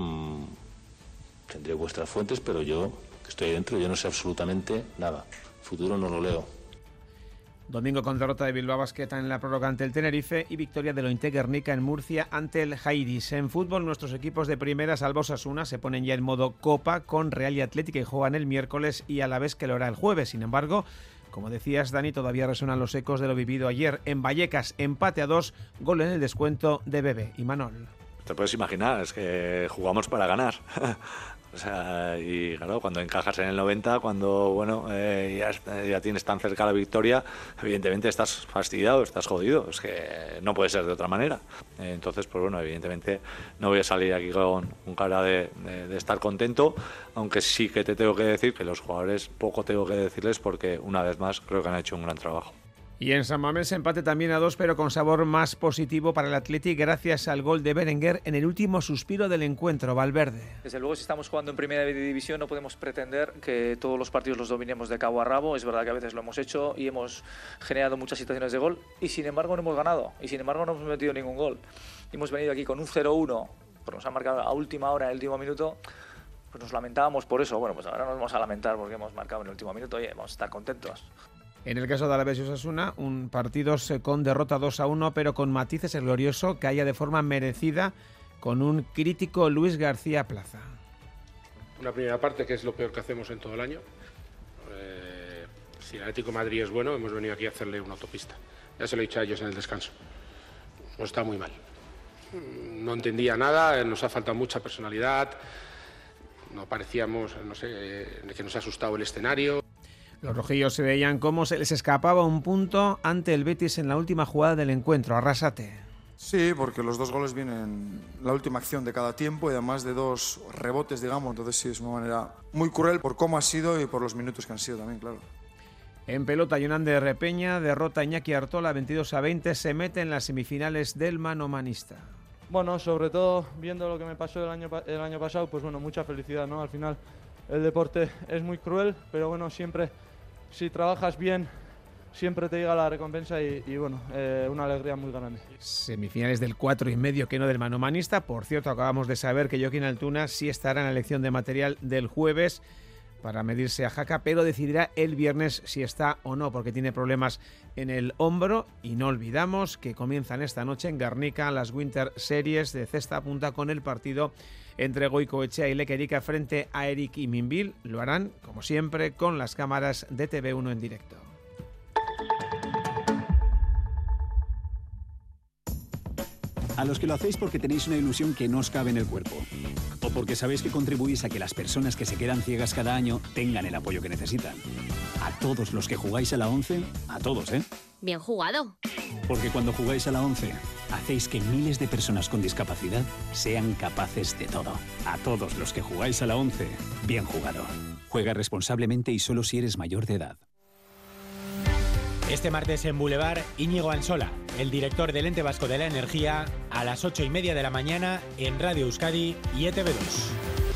[SPEAKER 8] Tendré vuestras fuentes, pero yo, que estoy dentro, yo no sé absolutamente nada. Futuro no lo leo.
[SPEAKER 7] Domingo con derrota de Bilbao Basket en la prórroga ante el Tenerife y victoria de Lointe Guernica en Murcia ante el Jairis. En fútbol, nuestros equipos de primera, salvo Osasuna, se ponen ya en modo Copa con Real y Atlético y juegan el miércoles y a la vez que lo hará el jueves. Sin embargo, como decías, Dani, todavía resuenan los ecos de lo vivido ayer en Vallecas, empate a 2, gol en el descuento de Bebe y Manol.
[SPEAKER 15] Te puedes imaginar, es que jugamos para ganar. O sea, y claro, cuando encajas en el 90, cuando ya tienes tan cerca la victoria, evidentemente estás fastidiado, estás jodido, es que no puede ser de otra manera. Entonces, pues bueno, evidentemente no voy a salir aquí con cara de estar contento, aunque sí que te tengo que decir que los jugadores poco tengo que decirles porque una vez más creo que han hecho un gran trabajo.
[SPEAKER 7] Y en San Mamés empate también a 2, pero con sabor más positivo para el Athletic gracias al gol de Berenguer en el último suspiro del encuentro, Valverde.
[SPEAKER 16] Desde luego, si estamos jugando en primera división no podemos pretender que todos los partidos los dominemos de cabo a rabo. Es verdad que a veces lo hemos hecho y hemos generado muchas situaciones de gol y sin embargo no hemos ganado y sin embargo no hemos metido ningún gol. Y hemos venido aquí con un 0-1, porque nos han marcado a última hora, en el último minuto. Pues nos lamentábamos por eso. Bueno, pues ahora nos vamos a lamentar porque hemos marcado en el último minuto. Oye, vamos a estar contentos.
[SPEAKER 7] En el caso de Alavés y Osasuna, un partido con derrota 2-1, pero con matices. El glorioso caía de forma merecida con un crítico Luis García Plaza.
[SPEAKER 9] Una primera parte que es lo peor que hacemos en todo el año. Si el Atlético de Madrid es bueno, hemos venido aquí a hacerle una autopista. Ya se lo he dicho a ellos en el descanso. Nos está muy mal. No entendía nada, nos ha faltado mucha personalidad, no parecíamos, no sé, que nos ha asustado el escenario.
[SPEAKER 7] Los rojillos se veían como se les escapaba un punto ante el Betis en la última jugada del encuentro. Arrasate.
[SPEAKER 11] Sí, porque los 2 goles vienen en la última acción de cada tiempo y además de 2 rebotes, digamos. Entonces sí, es una manera muy cruel por cómo ha sido y por los minutos que han sido también, claro.
[SPEAKER 7] En pelota, Jonander Repeña derrota a Iñaki Artola 22-20, se mete en las semifinales del manomanista.
[SPEAKER 17] Bueno, sobre todo viendo lo que me pasó el año pasado, pues bueno, mucha felicidad, ¿no? Al final el deporte es muy cruel, pero bueno, siempre si trabajas bien, siempre te llega la recompensa y bueno, una alegría muy grande.
[SPEAKER 7] Semifinales del 4,5 que no del manomanista. Por cierto, acabamos de saber que Joaquín Altuna sí estará en la elección de material del jueves para medirse a Jaca, pero decidirá el viernes si está o no, porque tiene problemas en el hombro. Y no olvidamos que comienzan esta noche en Guernica las Winter Series de cesta punta con el partido entre Goicoechea y Lequerica frente a Eric y Minville. Lo harán, como siempre, con las cámaras de TV1 en directo.
[SPEAKER 18] A los que lo hacéis porque tenéis una ilusión que no os cabe en el cuerpo. O porque sabéis que contribuís a que las personas que se quedan ciegas cada año tengan el apoyo que necesitan. A todos los que jugáis a la 11, a todos, ¿eh?
[SPEAKER 19] Bien jugado.
[SPEAKER 18] Porque cuando jugáis a la 11, hacéis que miles de personas con discapacidad sean capaces de todo. A todos los que jugáis a la 11, bien jugado. Juega responsablemente y solo si eres mayor de edad.
[SPEAKER 20] Este martes en Boulevard, Íñigo Ansola, el director del Ente Vasco de la Energía, a las 8:30 de la mañana en Radio Euskadi y ETV2.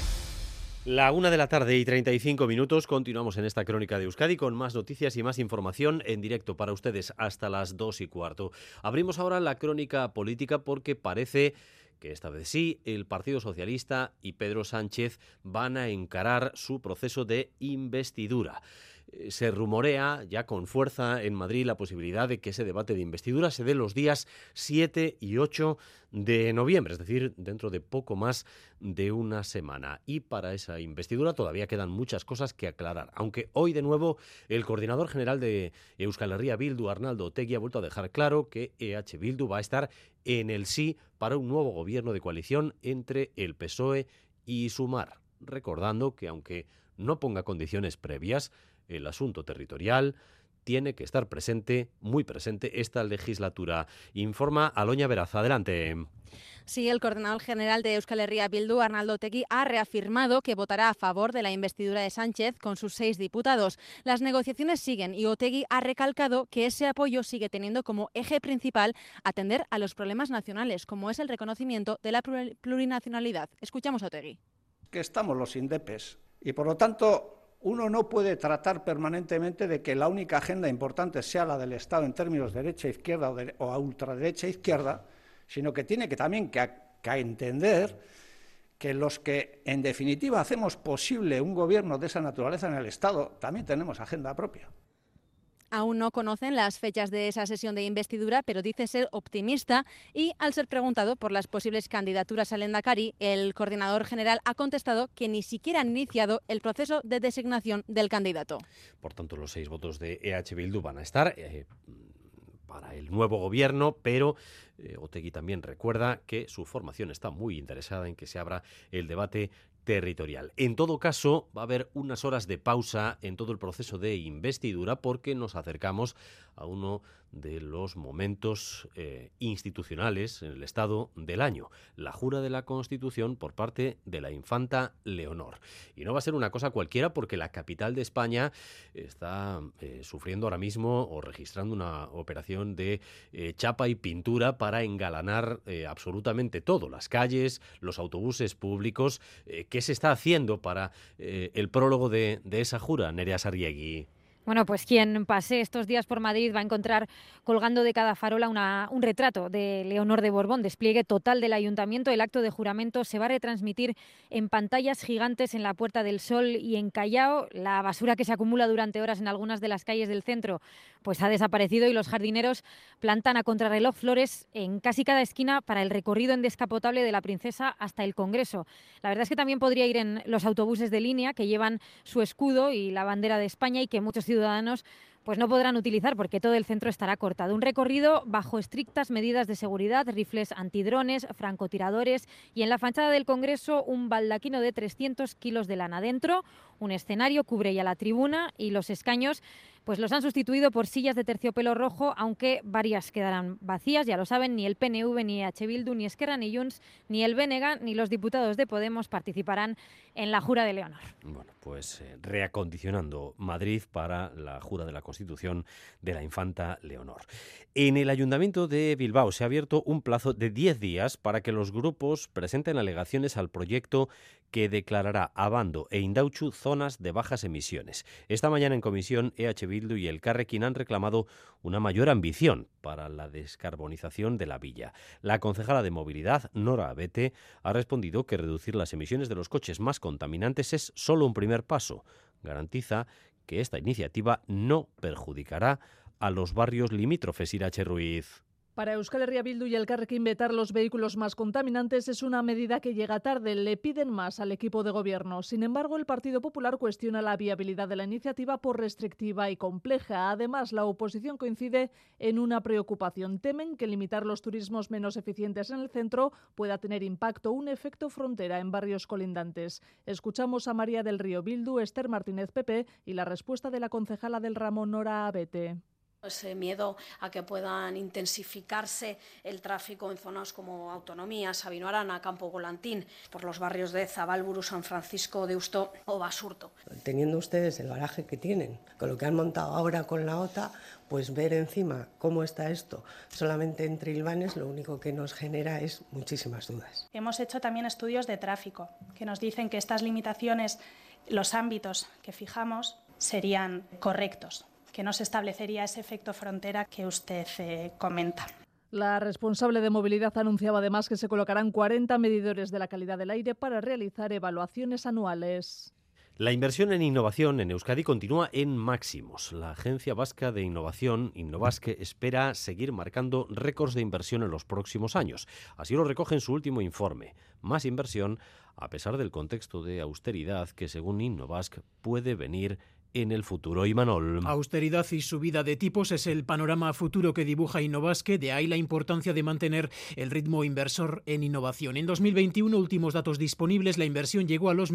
[SPEAKER 1] La 1:35 p.m, continuamos en esta crónica de Euskadi con más noticias y más información en directo para ustedes hasta las 2:15. Abrimos ahora la crónica política porque parece que esta vez sí, el Partido Socialista y Pedro Sánchez van a encarar su proceso de investidura. Se rumorea ya con fuerza en Madrid la posibilidad de que ese debate de investidura se dé los días 7 y 8 de noviembre, es decir, dentro de poco más de una semana. Y para esa investidura todavía quedan muchas cosas que aclarar, aunque hoy de nuevo el coordinador general de Euskal Herria Bildu, Arnaldo Otegi, ha vuelto a dejar claro que EH Bildu va a estar en el sí para un nuevo gobierno de coalición entre el PSOE y Sumar, recordando que aunque no ponga condiciones previas, el asunto territorial tiene que estar presente, muy presente, esta legislatura. Informa Aloña Veraz. Adelante.
[SPEAKER 21] Sí, el coordinador general de Euskal Herria Bildu, Arnaldo Otegi, ha reafirmado que votará a favor de la investidura de Sánchez con sus 6 diputados. Las negociaciones siguen y Otegi ha recalcado que ese apoyo sigue teniendo como eje principal atender a los problemas nacionales, como es el reconocimiento de la plurinacionalidad. Escuchamos a Otegi.
[SPEAKER 22] Que estamos los indepes y, por lo tanto, uno no puede tratar permanentemente de que la única agenda importante sea la del Estado en términos de derecha-izquierda o a ultraderecha-izquierda, sino que tiene que también que entender que los que, en definitiva, hacemos posible un gobierno de esa naturaleza en el Estado, también tenemos agenda propia.
[SPEAKER 21] Aún no conocen las fechas de esa sesión de investidura, pero dice ser optimista y, al ser preguntado por las posibles candidaturas al Lehendakari, el coordinador general ha contestado que ni siquiera han iniciado el proceso de designación del candidato.
[SPEAKER 1] Por tanto, los 6 votos de EH Bildu van a estar para el nuevo gobierno, pero Otegi también recuerda que su formación está muy interesada en que se abra el debate territorial. En todo caso, va a haber unas horas de pausa en todo el proceso de investidura porque nos acercamos a uno de los momentos institucionales en el Estado del año, la jura de la Constitución por parte de la infanta Leonor. Y no va a ser una cosa cualquiera porque la capital de España está sufriendo ahora mismo o registrando una operación de chapa y pintura para engalanar absolutamente todo, las calles, los autobuses públicos. ¿Qué se está haciendo para el prólogo de esa jura, Nerea Sarriegui?
[SPEAKER 2] Bueno, pues quien pase estos días por Madrid va a encontrar colgando de cada farola un retrato de Leonor de Borbón, despliegue total del Ayuntamiento. El acto de juramento se va a retransmitir en pantallas gigantes en la Puerta del Sol y en Callao. La basura que se acumula durante horas en algunas de las calles del centro pues ha desaparecido y los jardineros plantan a contrarreloj flores en casi cada esquina para el recorrido en descapotable de la Princesa hasta el Congreso. La verdad es que también podría ir en los autobuses de línea que llevan su escudo y la bandera de España y que muchos ciudadanos pues no podrán utilizar porque todo el centro estará cortado. Un recorrido bajo estrictas medidas de seguridad, rifles antidrones, francotiradores y en la fachada del Congreso un baldaquino de 300 kilos de lana. Dentro, un escenario cubre ya la tribuna y los escaños pues los han sustituido por sillas de terciopelo rojo, aunque varias quedarán vacías, ya lo saben, ni el PNV, ni EH Bildu, ni Esquerra, ni Junts, ni el BNG, ni los diputados de Podemos participarán en la jura de Leonor.
[SPEAKER 1] Bueno, pues reacondicionando Madrid para la jura de la Constitución de la infanta Leonor. En el Ayuntamiento de Bilbao se ha abierto un plazo de 10 días para que los grupos presenten alegaciones al proyecto que declarará Abando e Indautxu zonas de bajas emisiones. Esta mañana en comisión, EH Bildu y Elkarrekin han reclamado una mayor ambición para la descarbonización de la villa. La concejala de Movilidad, Nora Abete, ha respondido que reducir las emisiones de los coches más contaminantes es solo un primer paso. Garantiza que esta iniciativa no perjudicará a los barrios limítrofes. Irache Ruiz.
[SPEAKER 10] Para Euskal Herria Bildu y Elkarrekin vetar los vehículos más contaminantes es una medida que llega tarde. Le piden más al equipo de gobierno. Sin embargo, el Partido Popular cuestiona la viabilidad de la iniciativa por restrictiva y compleja. Además, la oposición coincide en una preocupación. Temen que limitar los turismos menos eficientes en el centro pueda tener impacto, un efecto frontera en barrios colindantes. Escuchamos a María del Río Bildu, Esther Martínez PP y la respuesta de la concejala del ramo Nora Abete.
[SPEAKER 12] Ese miedo a que puedan intensificarse el tráfico en zonas como Autonomía, Sabino Arana, Campo Volantín, por los barrios de Zabalburu, San Francisco, Deusto o Basurto.
[SPEAKER 13] Teniendo ustedes el baraje que tienen, con lo que han montado ahora con la OTA, pues ver encima cómo está esto solamente en Trilvanes, lo único que nos genera es muchísimas dudas.
[SPEAKER 19] Hemos hecho también estudios de tráfico que nos dicen que estas limitaciones, los ámbitos que fijamos, serían correctos, que no se establecería ese efecto frontera que usted comenta.
[SPEAKER 10] La responsable de movilidad anunciaba además que se colocarán 40 medidores de la calidad del aire para realizar evaluaciones anuales.
[SPEAKER 1] La inversión en innovación en Euskadi continúa en máximos. La Agencia Vasca de Innovación, Innovasque, espera seguir marcando récords de inversión en los próximos años. Así lo recoge en su último informe. Más inversión a pesar del contexto de austeridad que, según Innovasque, puede venir en el futuro. Imanol.
[SPEAKER 23] Austeridad y subida de tipos es el panorama futuro que dibuja Innovasque, de ahí la importancia de mantener el ritmo inversor en innovación. En 2021, últimos datos disponibles, la inversión llegó a los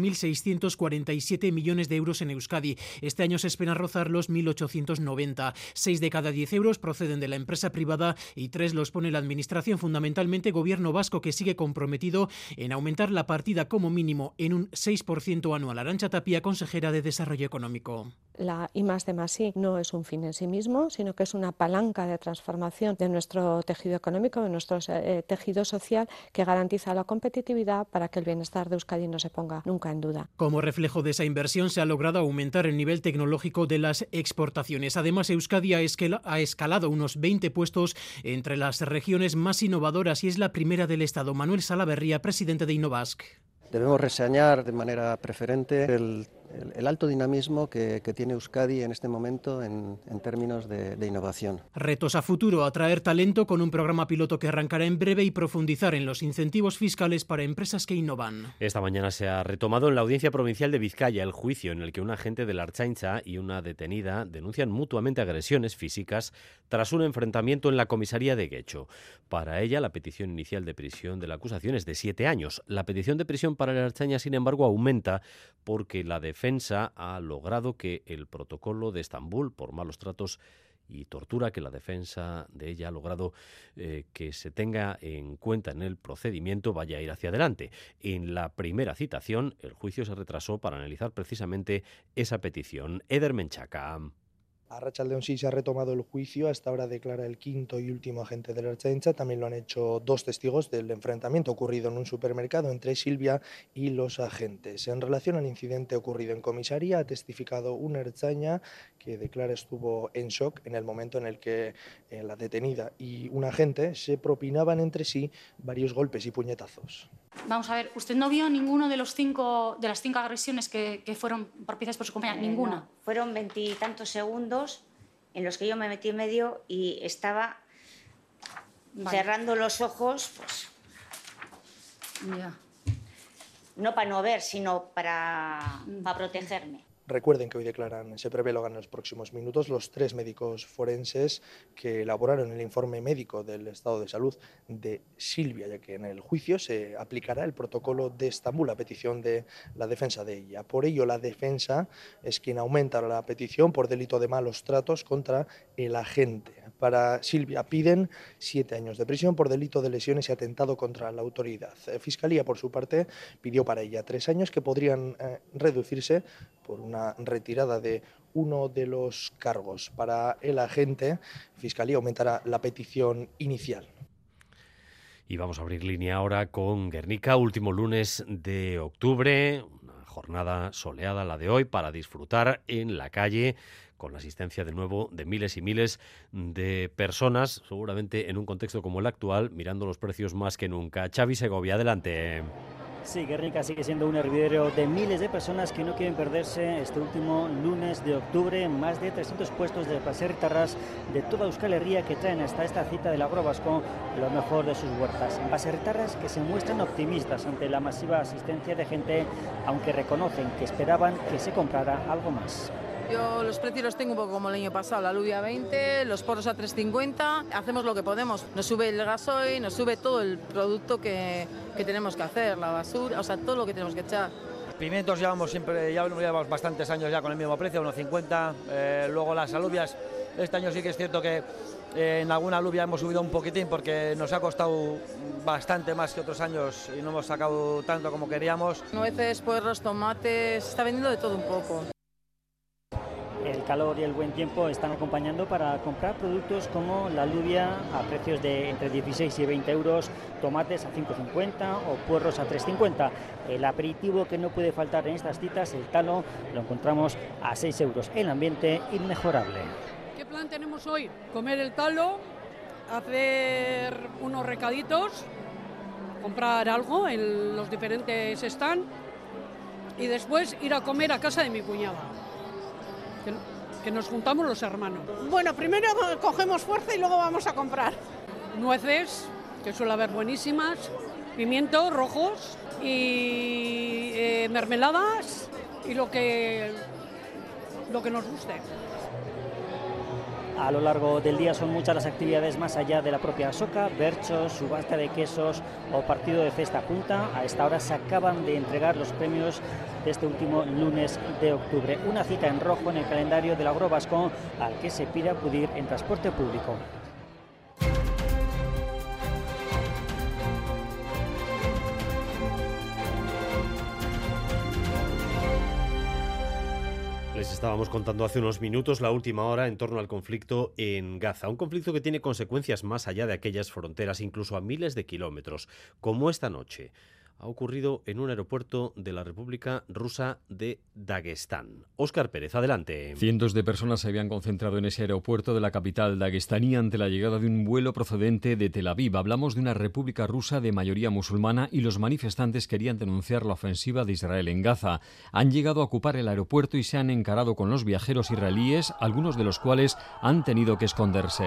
[SPEAKER 23] 1.647 millones de euros en Euskadi. Este año se espera rozar los 1.890. 6 de cada 10 euros proceden de la empresa privada y 3 los pone la administración, fundamentalmente Gobierno vasco, que sigue comprometido en aumentar la partida como mínimo en un 6% anual. Arantxa Tapia, consejera de Desarrollo Económico.
[SPEAKER 24] La I+D+I no es un fin en sí mismo, sino que es una palanca de transformación de nuestro tejido económico, de nuestro tejido social, que garantiza la competitividad para que el bienestar de Euskadi no se ponga nunca en duda.
[SPEAKER 23] Como reflejo de esa inversión, se ha logrado aumentar el nivel tecnológico de las exportaciones. Además, Euskadi ha escalado unos 20 puestos entre las regiones más innovadoras y es la primera del Estado. Manuel Salaverría, presidente de Innovasque.
[SPEAKER 25] Debemos reseñar de manera preferente el alto dinamismo que tiene Euskadi en este momento en términos de innovación.
[SPEAKER 23] Retos a futuro: atraer talento con un programa piloto que arrancará en breve y profundizar en los incentivos fiscales para empresas que innovan.
[SPEAKER 1] Esta mañana se ha retomado en la Audiencia Provincial de Vizcaya el juicio en el que un agente de la Ertzaintza y una detenida denuncian mutuamente agresiones físicas tras un enfrentamiento en la comisaría de Guecho. Para ella, la petición inicial de prisión de la acusación es de 7 años. La petición de prisión para la Ertzaintza, sin embargo, aumenta porque la defensa ha logrado que el protocolo de Estambul por malos tratos y tortura, que la defensa de ella ha logrado que se tenga en cuenta en el procedimiento, vaya a ir hacia adelante. En la primera citación, el juicio se retrasó para analizar precisamente esa petición. Eder Menchaca.
[SPEAKER 26] A Arratsaldeon sí se ha retomado el juicio. Hasta ahora declara el quinto y último agente de la Ertzaintza. También lo han hecho 2 testigos del enfrentamiento ocurrido en un supermercado entre Silvia y los agentes. En relación al incidente ocurrido en comisaría, ha testificado un ertzaina que declara estuvo en shock en el momento en el que la detenida y un agente se propinaban entre sí varios golpes y puñetazos.
[SPEAKER 3] Vamos a ver, ¿usted no vio ninguno de las 5 agresiones que fueron propicias por su compañera? Ninguna.
[SPEAKER 4] No, fueron 20 y tantos segundos en los que yo me metí en medio y estaba cerrando los ojos, pues
[SPEAKER 3] ya.
[SPEAKER 4] No para no ver, sino para protegerme.
[SPEAKER 26] Recuerden que hoy se prevé en los próximos minutos los 3 médicos forenses que elaboraron el informe médico del estado de salud de Silvia, ya que en el juicio se aplicará el protocolo de Estambul a petición de la defensa de ella. Por ello, la defensa es quien aumenta la petición por delito de malos tratos contra el agente. Para Silvia piden 7 años de prisión por delito de lesiones y atentado contra la autoridad. Fiscalía, por su parte, pidió para ella 3 años que podrían reducirse por una retirada de uno de los cargos. Para el agente, Fiscalía aumentará la petición inicial.
[SPEAKER 1] Y vamos a abrir línea ahora con Guernica, último lunes de octubre, una jornada soleada la de hoy para disfrutar en la calle con la asistencia de nuevo de miles y miles de personas, seguramente en un contexto como el actual, mirando los precios más que nunca. Xavi Segovia, adelante.
[SPEAKER 5] Sí, Guernica sigue siendo un hervidero de miles de personas que no quieren perderse este último lunes de octubre. Más de 300 puestos de baserritarras de toda Euskal Herria que traen hasta esta cita del Agrovasco lo mejor de sus huertas. Baserritarras que se muestran optimistas ante la masiva asistencia de gente, aunque reconocen que esperaban que se comprara algo más.
[SPEAKER 6] Yo los precios los tengo un poco como el año pasado, la alubia a 20, los porros a 3,50, hacemos lo que podemos, nos sube el gasoil, nos sube todo el producto que tenemos que hacer, la basura, o sea, todo lo que tenemos que echar.
[SPEAKER 8] Pimientos llevamos bastantes años ya con el mismo precio, 1,50, luego las alubias, este año sí que es cierto que en alguna alubia hemos subido un poquitín porque nos ha costado bastante más que otros años y no hemos sacado tanto como queríamos.
[SPEAKER 6] Nueces, puerros, tomates, se está vendiendo de todo un poco.
[SPEAKER 5] El calor y el buen tiempo están acompañando para comprar productos como la alubia a precios de entre 16 y 20 euros, tomates a 5,50 o puerros a 3,50. El aperitivo que no puede faltar en estas citas, el talo, lo encontramos a 6 euros. El ambiente inmejorable.
[SPEAKER 14] ¿Qué plan tenemos hoy? Comer el talo, hacer unos recaditos, comprar algo en los diferentes stands y después ir a comer a casa de mi cuñada. Que nos juntamos los hermanos.
[SPEAKER 27] Bueno, primero cogemos fuerza y luego vamos a comprar.
[SPEAKER 14] Nueces, que suele haber buenísimas, pimientos rojos y mermeladas y lo que nos guste.
[SPEAKER 5] A lo largo del día son muchas las actividades más allá de la propia soca, berchos, subasta de quesos o partido de cesta junta. A esta hora se acaban de entregar los premios de este último lunes de octubre. Una cita en rojo en el calendario del Agrovasco al que se pide acudir en transporte público.
[SPEAKER 1] Les estábamos contando hace unos minutos la última hora en torno al conflicto en Gaza. Un conflicto que tiene consecuencias más allá de aquellas fronteras, incluso a miles de kilómetros, como esta noche. Ha ocurrido en un aeropuerto de la República Rusa de Daguestán. Óscar Pérez, adelante.
[SPEAKER 28] Cientos de personas se habían concentrado en ese aeropuerto de la capital daguestaní ante la llegada de un vuelo procedente de Tel Aviv. Hablamos de una república rusa de mayoría musulmana y los manifestantes querían denunciar la ofensiva de Israel en Gaza. Han llegado a ocupar el aeropuerto y se han encarado con los viajeros israelíes, algunos de los cuales han tenido que esconderse.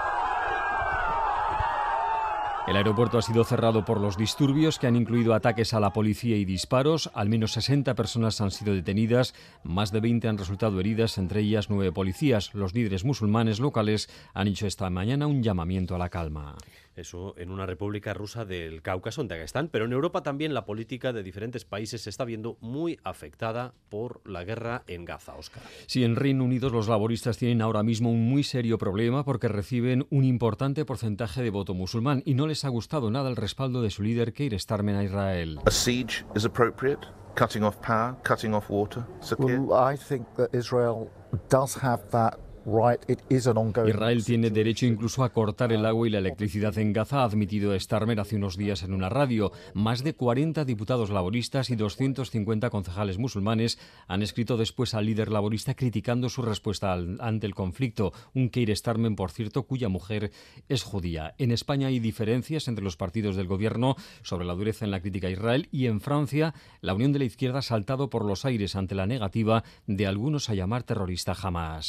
[SPEAKER 28] El aeropuerto ha sido cerrado por los disturbios que han incluido ataques a la policía y disparos. Al menos 60 personas han sido detenidas, más de 20 han resultado heridas, entre ellas 9 policías. Los líderes musulmanes locales han hecho esta mañana un llamamiento a la calma.
[SPEAKER 1] Eso en una república rusa del Cáucaso, en Daguestán, pero en Europa también la política de diferentes países se está viendo muy afectada por la guerra en Gaza, Óscar.
[SPEAKER 28] Sí, en Reino Unido los laboristas tienen ahora mismo un muy serio problema porque reciben un importante porcentaje de voto musulmán y no les ha gustado nada el respaldo de su líder Keir Starmer a Israel.
[SPEAKER 29] A siege is appropriate, cutting off power, cutting off water.
[SPEAKER 30] Well, I think that Israel does have that
[SPEAKER 28] Israel tiene derecho incluso a cortar el agua y la electricidad en Gaza, ha admitido Starmer hace unos días en una radio. Más de 40 diputados laboristas y 250 concejales musulmanes han escrito después al líder laborista criticando su respuesta ante el conflicto. Un Keir Starmer, por cierto, cuya mujer es judía. En España hay diferencias entre los partidos del gobierno sobre la dureza en la crítica a Israel, y en Francia la Unión de la Izquierda ha saltado por los aires ante la negativa de algunos a llamar terrorista Hamas.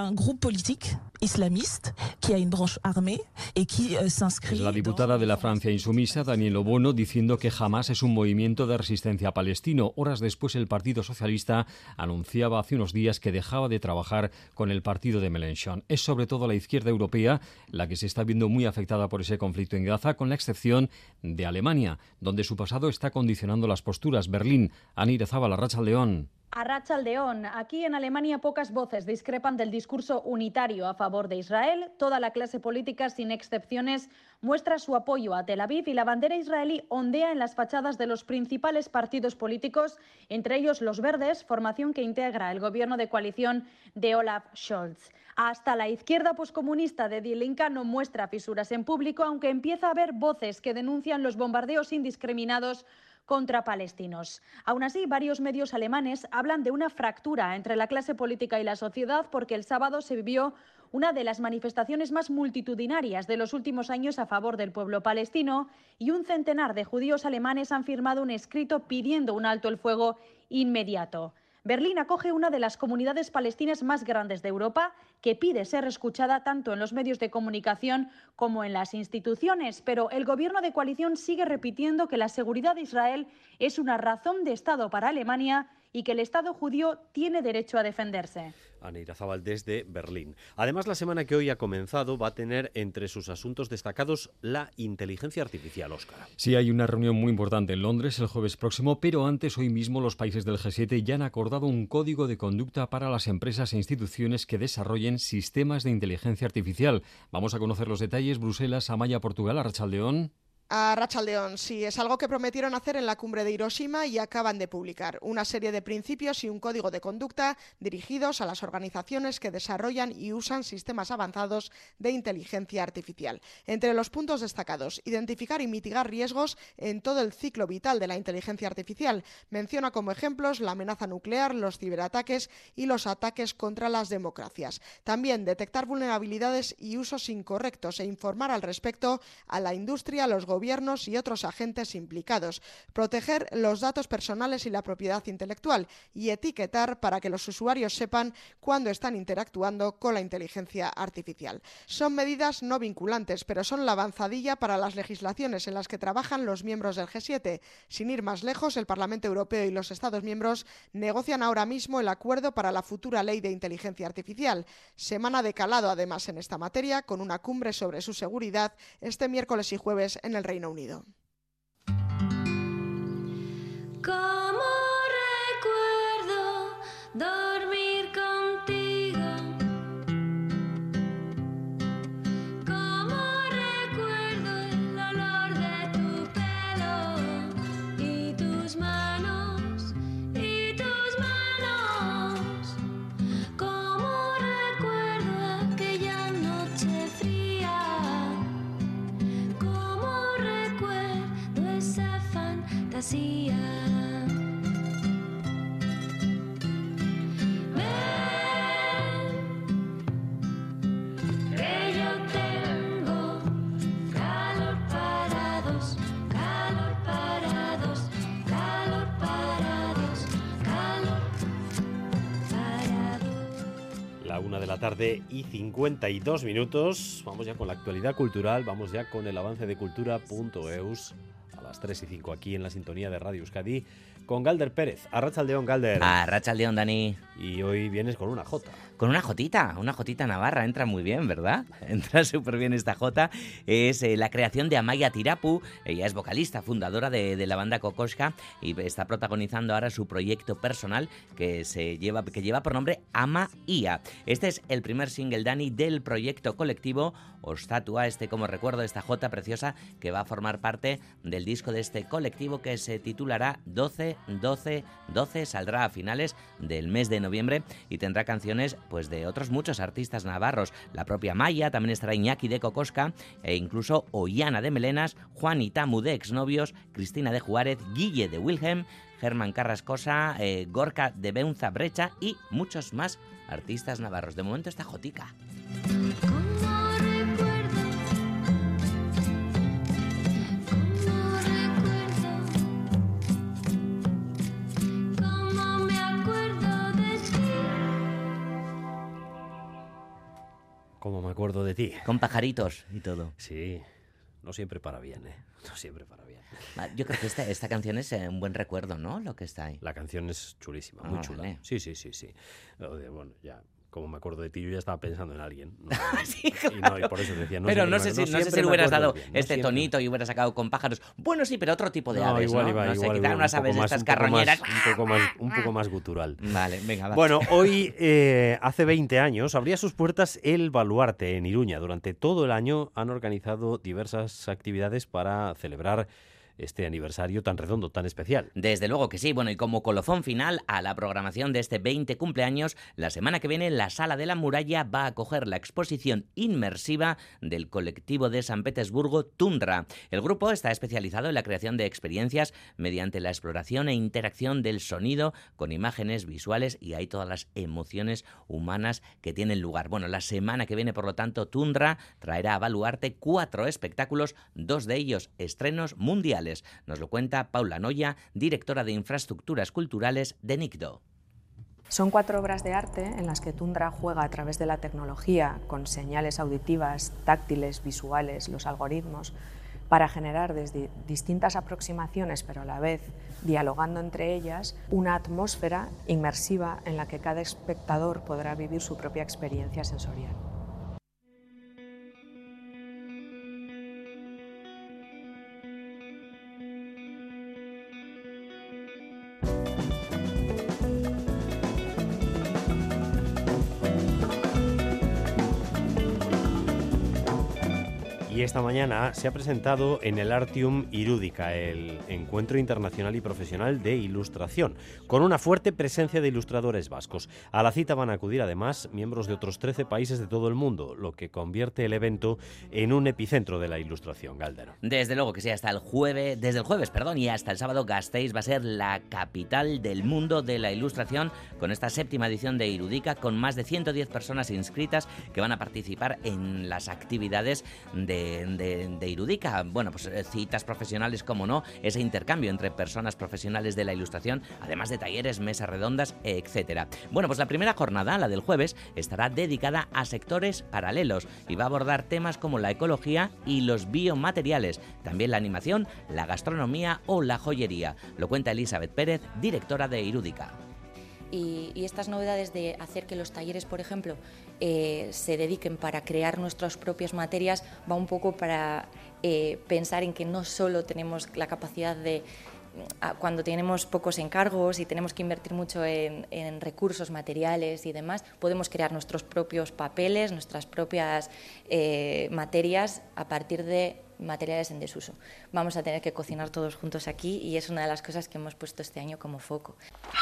[SPEAKER 28] Es la diputada de la Francia Insumisa, Danielle Obono, diciendo que Hamas es un movimiento de resistencia palestino. Horas después, el Partido Socialista anunciaba hace unos días que dejaba de trabajar con el partido de Mélenchon. Es sobre todo la izquierda europea la que se está viendo muy afectada por ese conflicto en Gaza, con la excepción de Alemania, donde su pasado está condicionando las posturas. Berlín, Ana Irazabal, Arratsaldeon.
[SPEAKER 7] Arratsaldeon. Aquí en Alemania pocas voces discrepan del discurso unitario a favor de Israel. Toda la clase política, sin excepciones, muestra su apoyo a Tel Aviv y la bandera israelí ondea en las fachadas de los principales partidos políticos, entre ellos los Verdes, formación que integra el gobierno de coalición de Olaf Scholz. Hasta la izquierda poscomunista de Die Linke no muestra fisuras en público, aunque empieza a haber voces que denuncian los bombardeos indiscriminados contra palestinos. Aún así, varios medios alemanes hablan de una fractura entre la clase política y la sociedad, porque el sábado se vivió una de las manifestaciones más multitudinarias de los últimos años a favor del pueblo palestino, y un centenar de judíos alemanes han firmado un escrito pidiendo un alto el fuego inmediato. Berlín acoge una de las comunidades palestinas más grandes de Europa, que pide ser escuchada tanto en los medios de comunicación como en las instituciones, pero el gobierno de coalición sigue repitiendo que la seguridad de Israel es una razón de Estado para Alemania y que el Estado judío tiene derecho a defenderse.
[SPEAKER 1] Ana Irazabal desde Berlín. Además, la semana que hoy ha comenzado va a tener entre sus asuntos destacados la inteligencia artificial, Óscar.
[SPEAKER 28] Sí, hay una reunión muy importante en Londres el jueves próximo, pero antes, hoy mismo, los países del G7 ya han acordado un código de conducta para las empresas e instituciones que desarrollen sistemas de inteligencia artificial. Vamos a conocer los detalles. Bruselas, Amaya, Portugal, Arratsaldeon.
[SPEAKER 9] Arratsaldeon, sí, es algo que prometieron hacer en la cumbre de Hiroshima y acaban de publicar. Una serie de principios y un código de conducta dirigidos a las organizaciones que desarrollan y usan sistemas avanzados de inteligencia artificial. Entre los puntos destacados, identificar y mitigar riesgos en todo el ciclo vital de la inteligencia artificial. Menciona como ejemplos la amenaza nuclear, los ciberataques y los ataques contra las democracias. También detectar vulnerabilidades y usos incorrectos e informar al respecto a la industria, a los gobiernos y otros agentes implicados, proteger los datos personales y la propiedad intelectual y etiquetar para que los usuarios sepan cuándo están interactuando con la inteligencia artificial. Son medidas no vinculantes, pero son la avanzadilla para las legislaciones en las que trabajan los miembros del G7. Sin ir más lejos, el Parlamento Europeo y los Estados miembros negocian ahora mismo el acuerdo para la futura ley de inteligencia artificial. Semana de calado, además, en esta materia, con una cumbre sobre su seguridad este miércoles y jueves en el Reino Unido.
[SPEAKER 11] Como recuerdo dormir contigo, como recuerdo el olor de tu pelo y tus manos, como recuerdo aquella noche fría, como recuerdo esa fantasía.
[SPEAKER 1] La 1 de la tarde y 52 minutos. Vamos ya con la actualidad cultural, vamos ya con el avance de cultura.eus. A las 3 y 5 aquí en la sintonía de Radio Euskadi con Galder Pérez. Arratsaldeon, Galder.
[SPEAKER 15] Arratsaldeon, Dani.
[SPEAKER 1] Y hoy vienes con una jota.
[SPEAKER 15] Con una jotita navarra, entra muy bien, ¿verdad? Entra súper bien esta jota. Es la creación de Amaia Tirapu. Ella es vocalista, fundadora de la banda Kokoschka y está protagonizando ahora su proyecto personal que lleva por nombre Ama Ia. Este es el primer single, Dani, del proyecto colectivo Ostatua, como recuerdo, esta jota preciosa que va a formar parte del disco de este colectivo que se titulará 12 11, 12, saldrá a finales del mes de noviembre y tendrá canciones pues de otros muchos artistas navarros. La propia Maya, también estará Iñaki de Kokoska e incluso Ollana de Melenas, Juan Itamu de Exnovios, Cristina de Juárez, Guille de Wilhelm, Germán Carrascosa, Gorka de Beunza Brecha y muchos más artistas navarros. De momento está Jotica.
[SPEAKER 1] Como me acuerdo de ti.
[SPEAKER 15] Con pajaritos y todo.
[SPEAKER 1] Sí, no siempre para bien, ¿eh? No siempre para bien.
[SPEAKER 15] Yo creo que esta canción es un buen recuerdo, ¿no? Lo que está ahí.
[SPEAKER 1] La canción es chulísima, muy chula. Vale. Sí. Bueno, ya, como me acuerdo de ti, yo ya estaba pensando en alguien. ¿No?
[SPEAKER 15] Sí,
[SPEAKER 1] claro. Y por eso decía, no.
[SPEAKER 15] Pero no sé si le hubieras dado
[SPEAKER 1] bien,
[SPEAKER 15] este tonito y hubieras sacado con pájaros. Bueno, sí, pero otro tipo de aves,
[SPEAKER 1] igual,
[SPEAKER 15] ¿no?
[SPEAKER 1] Igual,
[SPEAKER 15] no sé, quizás unas aves estas carroñeras.
[SPEAKER 1] Un poco más gutural.
[SPEAKER 15] Vale, venga, va.
[SPEAKER 1] Bueno, hoy, hace 20 años, abría sus puertas el Baluarte en Iruña. Durante todo el año han organizado diversas actividades para celebrar este aniversario tan redondo, tan especial.
[SPEAKER 15] Desde luego que sí. Bueno, y como colofón final a la programación de este 20 cumpleaños, la semana que viene la Sala de la Muralla va a acoger la exposición inmersiva del colectivo de San Petersburgo Tundra. El grupo está especializado en la creación de experiencias mediante la exploración e interacción del sonido con imágenes visuales y hay todas las emociones humanas que tienen lugar. Bueno, la semana que viene, por lo tanto, Tundra traerá a Baluarte 4 espectáculos, 2 de ellos estrenos mundiales. Nos lo cuenta Paula Noya, directora de Infraestructuras Culturales de NICDO.
[SPEAKER 2] Son 4 obras de arte en las que Tundra juega a través de la tecnología, con señales auditivas, táctiles, visuales, los algoritmos, para generar desde distintas aproximaciones, pero a la vez dialogando entre ellas, una atmósfera inmersiva en la que cada espectador podrá vivir su propia experiencia sensorial.
[SPEAKER 1] Y esta mañana se ha presentado en el Artium Irúdica, el Encuentro Internacional y Profesional de Ilustración, con una fuerte presencia de ilustradores vascos. A la cita van a acudir además miembros de otros 13 países de todo el mundo, lo que convierte el evento en un epicentro de la ilustración, Galder.
[SPEAKER 15] Desde luego que sí, desde el jueves, y hasta el sábado Gasteiz va a ser la capital del mundo de la ilustración con esta 7ª edición de Irudica, con más de 110 personas inscritas que van a participar en las actividades de Irudica. Bueno, pues citas profesionales, como no, ese intercambio entre personas profesionales de la ilustración, además de talleres, mesas redondas, etcétera. Bueno, pues la primera jornada, la del jueves, estará dedicada a sectores paralelos y va a abordar temas como la ecología y los biomateriales, también la animación, la gastronomía o la joyería. Lo cuenta Elizabeth Pérez, directora de Irudica.
[SPEAKER 12] Y estas novedades de hacer que los talleres, por ejemplo, se dediquen para crear nuestras propias materias, va un poco para pensar en que no solo tenemos la capacidad de, cuando tenemos pocos encargos y tenemos que invertir mucho en recursos materiales y demás, podemos crear nuestros propios papeles, nuestras propias materias a partir de materiales en desuso. Vamos a tener que cocinar todos juntos aquí y es una de las cosas que hemos puesto este año como foco.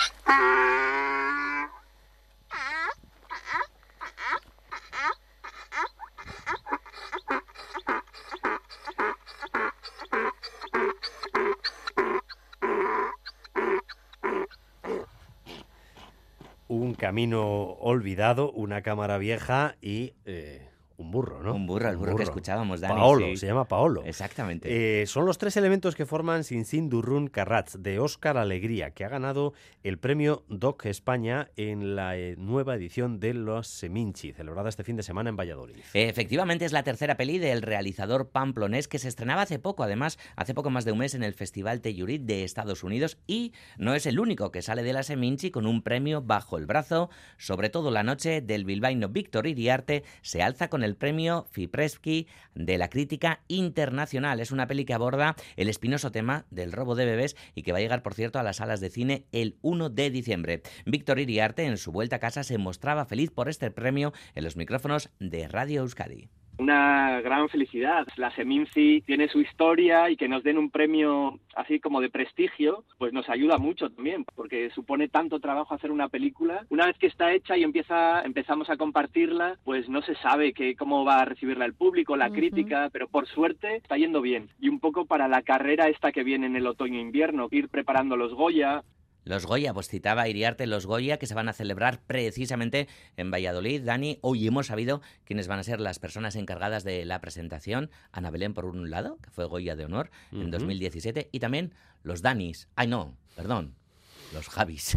[SPEAKER 1] Un camino olvidado, una cámara vieja y un burro, ¿no?
[SPEAKER 15] Un burro, el burro que escuchábamos, Dani.
[SPEAKER 1] Paolo,
[SPEAKER 15] sí.
[SPEAKER 1] Se llama Paolo.
[SPEAKER 15] Exactamente.
[SPEAKER 1] Son los 3 elementos que forman Sinsin Durrun Carrats, de Óscar Alegría, que ha ganado el premio DOC España en la nueva edición de Los Seminci, celebrada este fin de semana en Valladolid.
[SPEAKER 15] Efectivamente, es la tercera peli del realizador pamplonés que se estrenaba hace poco, además, hace poco más de un mes en el Festival Telluride de Estados Unidos, y no es el único que sale de la Seminci con un premio bajo el brazo. Sobre todo la noche del bilbaíno Víctor Iriarte se alza con el premio Fipreschi de la crítica internacional. Es una peli que aborda el espinoso tema del robo de bebés y que va a llegar, por cierto, a las salas de cine el 1 de diciembre. Víctor Iriarte, en su vuelta a casa, se mostraba feliz por este premio en los micrófonos de Radio Euskadi.
[SPEAKER 10] Una gran felicidad. La Seminci tiene su historia y que nos den un premio así como de prestigio, pues nos ayuda mucho también, porque supone tanto trabajo hacer una película. Una vez que está hecha y empezamos a compartirla, pues no se sabe cómo va a recibirla el público, la crítica, pero por suerte está yendo bien. Y un poco para la carrera esta que viene en el otoño-invierno, ir preparando los Goya.
[SPEAKER 15] Los Goya, pues citaba Iriarte los Goya, que se van a celebrar precisamente en Valladolid. Dani, hoy hemos sabido quiénes van a ser las personas encargadas de la presentación. Ana Belén, por un lado, que fue Goya de Honor en 2017, y también los Danis. Ay, no, perdón, los Javis.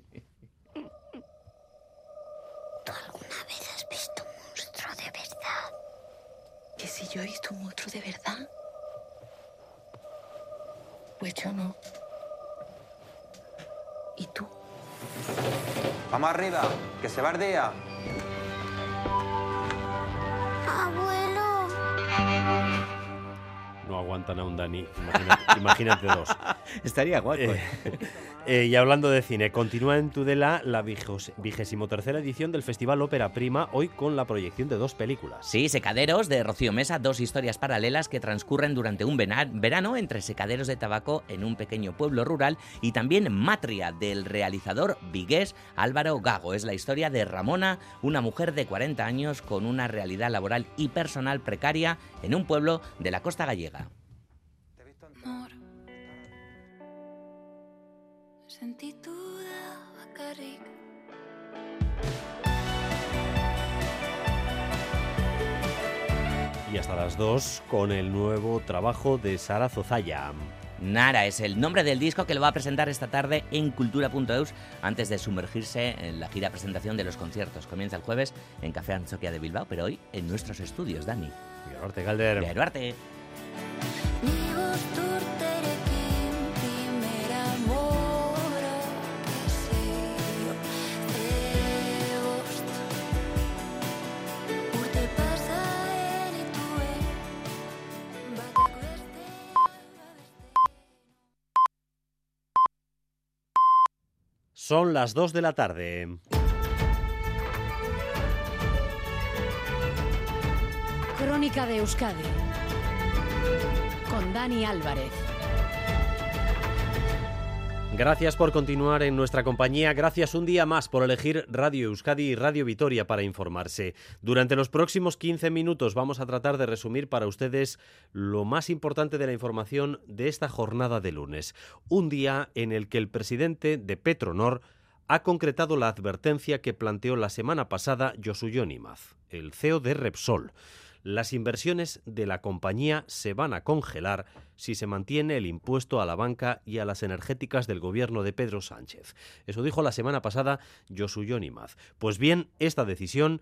[SPEAKER 11] ¿Tú alguna vez has visto un monstruo de verdad?
[SPEAKER 13] ¿Que si yo he visto un monstruo de verdad? Pues yo no. ¿Y tú?
[SPEAKER 16] Vamos arriba, que se va el día.
[SPEAKER 11] ¡Abuelo!
[SPEAKER 1] No aguantan a un Dani, imagínate dos.
[SPEAKER 15] Estaría guapo.
[SPEAKER 1] Y hablando de cine, continúa en Tudela la 23ª edición del Festival Ópera Prima, hoy con la proyección de 2 películas.
[SPEAKER 15] Sí, Secaderos, de Rocío Mesa, 2 historias paralelas que transcurren durante un verano entre secaderos de tabaco en un pequeño pueblo rural, y también Matria, del realizador vigués Álvaro Gago. Es la historia de Ramona, una mujer de 40 años con una realidad laboral y personal precaria en un pueblo de la costa gallega.
[SPEAKER 11] Amor, sentituda bakarrik.
[SPEAKER 1] Y hasta las 2 con el nuevo trabajo de Sara Zozaya.
[SPEAKER 15] Nara es el nombre del disco que lo va a presentar esta tarde en cultura.eus antes de sumergirse en la gira presentación de los conciertos. Comienza el jueves en Café Antzoquia de Bilbao, pero hoy en nuestros estudios, Dani.
[SPEAKER 1] Geruarte, Galder.
[SPEAKER 15] Geruarte.
[SPEAKER 1] Son las 2 de la tarde.
[SPEAKER 17] Crónica de Euskadi con Dani Álvarez.
[SPEAKER 1] Gracias por continuar en nuestra compañía, gracias un día más por elegir Radio Euskadi y Radio Vitoria para informarse. Durante los próximos 15 minutos vamos a tratar de resumir para ustedes lo más importante de la información de esta jornada de lunes. Un día en el que el presidente de Petronor ha concretado la advertencia que planteó la semana pasada Josu Jon Imaz, el CEO de Repsol. Las inversiones de la compañía se van a congelar si se mantiene el impuesto a la banca y a las energéticas del gobierno de Pedro Sánchez. Eso dijo la semana pasada Josu Jon Imaz. Pues bien, esta decisión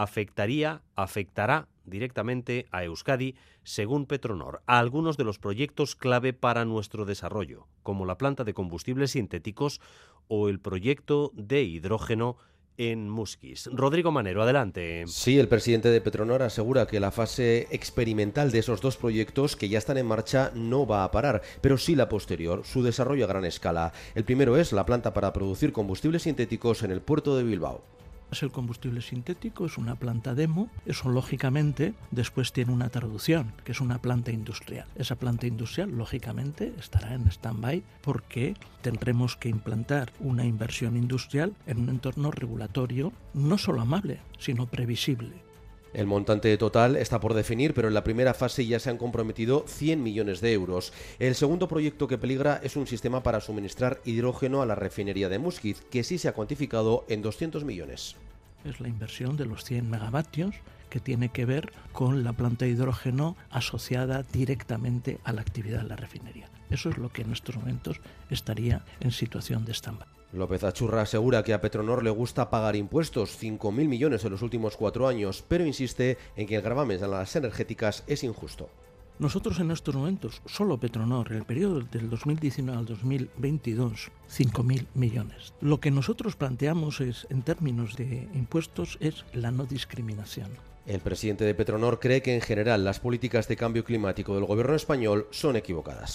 [SPEAKER 1] afectará directamente a Euskadi, según Petronor, a algunos de los proyectos clave para nuestro desarrollo, como la planta de combustibles sintéticos o el proyecto de hidrógeno en Muskis. Rodrigo Manero, adelante.
[SPEAKER 18] Sí, el presidente de Petronor asegura que la fase experimental de esos 2 proyectos que ya están en marcha no va a parar, pero sí la posterior, su desarrollo a gran escala. El primero es la planta para producir combustibles sintéticos en el puerto de Bilbao.
[SPEAKER 19] El combustible sintético es una planta demo, eso lógicamente después tiene una traducción, que es una planta industrial. Esa planta industrial lógicamente estará en stand-by porque tendremos que implantar una inversión industrial en un entorno regulatorio no solo amable, sino previsible.
[SPEAKER 18] El montante total está por definir, pero en la primera fase ya se han comprometido 100 millones de euros. El segundo proyecto que peligra es un sistema para suministrar hidrógeno a la refinería de Muskiz, que sí se ha cuantificado en 200 millones.
[SPEAKER 19] Es la inversión de los 100 megavatios que tiene que ver con la planta de hidrógeno asociada directamente a la actividad de la refinería. Eso es lo que en estos momentos estaría en situación de stand-by.
[SPEAKER 18] López Achurra asegura que a Petronor le gusta pagar impuestos, 5.000 millones en los últimos 4 años, pero insiste en que el gravamen a las energéticas es injusto.
[SPEAKER 19] Nosotros en estos momentos, solo Petronor, en el periodo del 2019 al 2022, 5.000 millones. Lo que nosotros planteamos es, en términos de impuestos, es la no discriminación.
[SPEAKER 18] El presidente de Petronor cree que en general las políticas de cambio climático del gobierno español son equivocadas.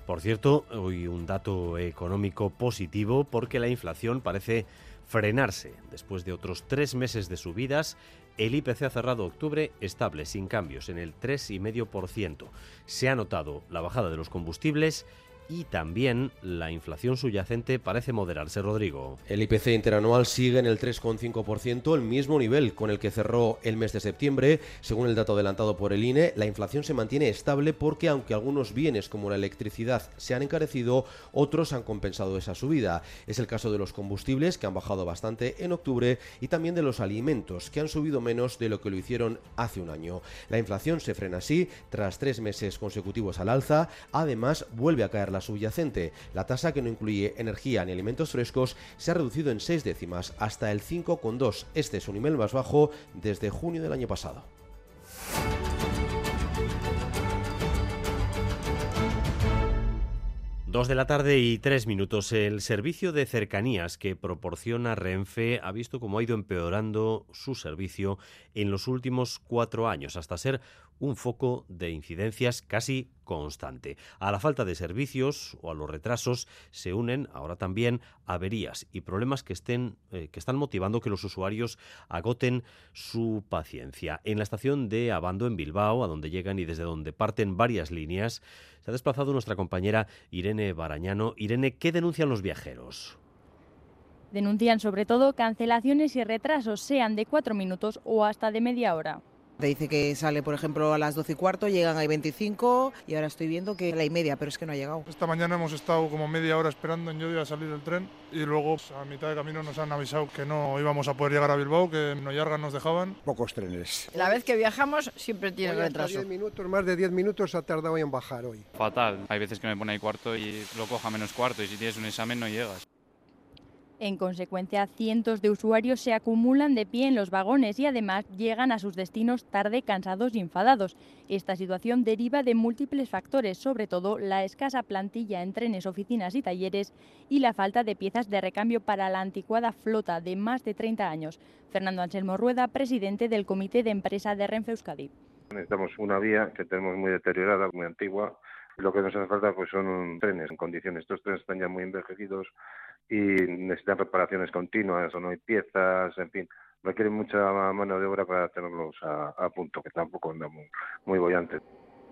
[SPEAKER 1] Por cierto, hoy un dato económico positivo porque la inflación parece frenarse. Después de otros 3 meses de subidas, el IPC ha cerrado octubre estable, sin cambios, en el 3,5%. Se ha notado la bajada de los combustibles y también la inflación subyacente parece moderarse, Rodrigo.
[SPEAKER 18] El IPC interanual sigue en el 3,5%, el mismo nivel con el que cerró el mes de septiembre. Según el dato adelantado por el INE, la inflación se mantiene estable porque aunque algunos bienes como la electricidad se han encarecido, otros han compensado esa subida. Es el caso de los combustibles, que han bajado bastante en octubre, y también de los alimentos, que han subido menos de lo que lo hicieron hace un año. La inflación se frena así tras 3 meses consecutivos al alza. Además, vuelve a caer la subyacente. La tasa, que no incluye energía ni alimentos frescos, se ha reducido en 6 décimas hasta el 5,2. Este es su nivel más bajo desde junio del año pasado.
[SPEAKER 1] Dos de la tarde y 3 minutos. El servicio de cercanías que proporciona Renfe ha visto cómo ha ido empeorando su servicio en los últimos 4 años, hasta ser un foco de incidencias casi constante. A la falta de servicios o a los retrasos se unen ahora también averías y problemas que están motivando que los usuarios agoten su paciencia. En la estación de Abando, en Bilbao, a donde llegan y desde donde parten varias líneas, se ha desplazado nuestra compañera Irene Barañano. Irene, ¿qué denuncian los viajeros?
[SPEAKER 3] Denuncian sobre todo cancelaciones y retrasos, sean de 4 minutos o hasta de media hora.
[SPEAKER 4] Te dice que sale, por ejemplo, a las 12:15, llegan a 25 y ahora estoy viendo que a la 1:30, pero es que no ha llegado.
[SPEAKER 20] Esta mañana hemos estado como media hora esperando en Llodio a salir del tren y luego a mitad de camino nos han avisado que no íbamos a poder llegar a Bilbao, que en Noyarga nos dejaban.
[SPEAKER 21] Pocos trenes.
[SPEAKER 22] La vez que viajamos siempre tiene retraso.
[SPEAKER 21] 10 minutos, más de 10 minutos ha tardado en bajar hoy.
[SPEAKER 23] Fatal, hay veces que me pone ahí cuarto y lo coja menos cuarto y si tienes un examen no llegas.
[SPEAKER 3] En consecuencia, cientos de usuarios se acumulan de pie en los vagones y además llegan a sus destinos tarde, cansados y enfadados. Esta situación deriva de múltiples factores, sobre todo la escasa plantilla en trenes, oficinas y talleres y la falta de piezas de recambio para la anticuada flota de más de 30 años. Fernando Anselmo Rueda, presidente del Comité de Empresa de Renfe Euskadi.
[SPEAKER 24] Necesitamos una vía que tenemos muy deteriorada, muy antigua. Lo que nos hace falta pues son trenes en condiciones. Estos trenes están ya muy envejecidos y necesitan reparaciones continuas, o no hay piezas, en fin, requieren mucha mano de obra para tenerlos a punto, que tampoco andamos muy bollantes.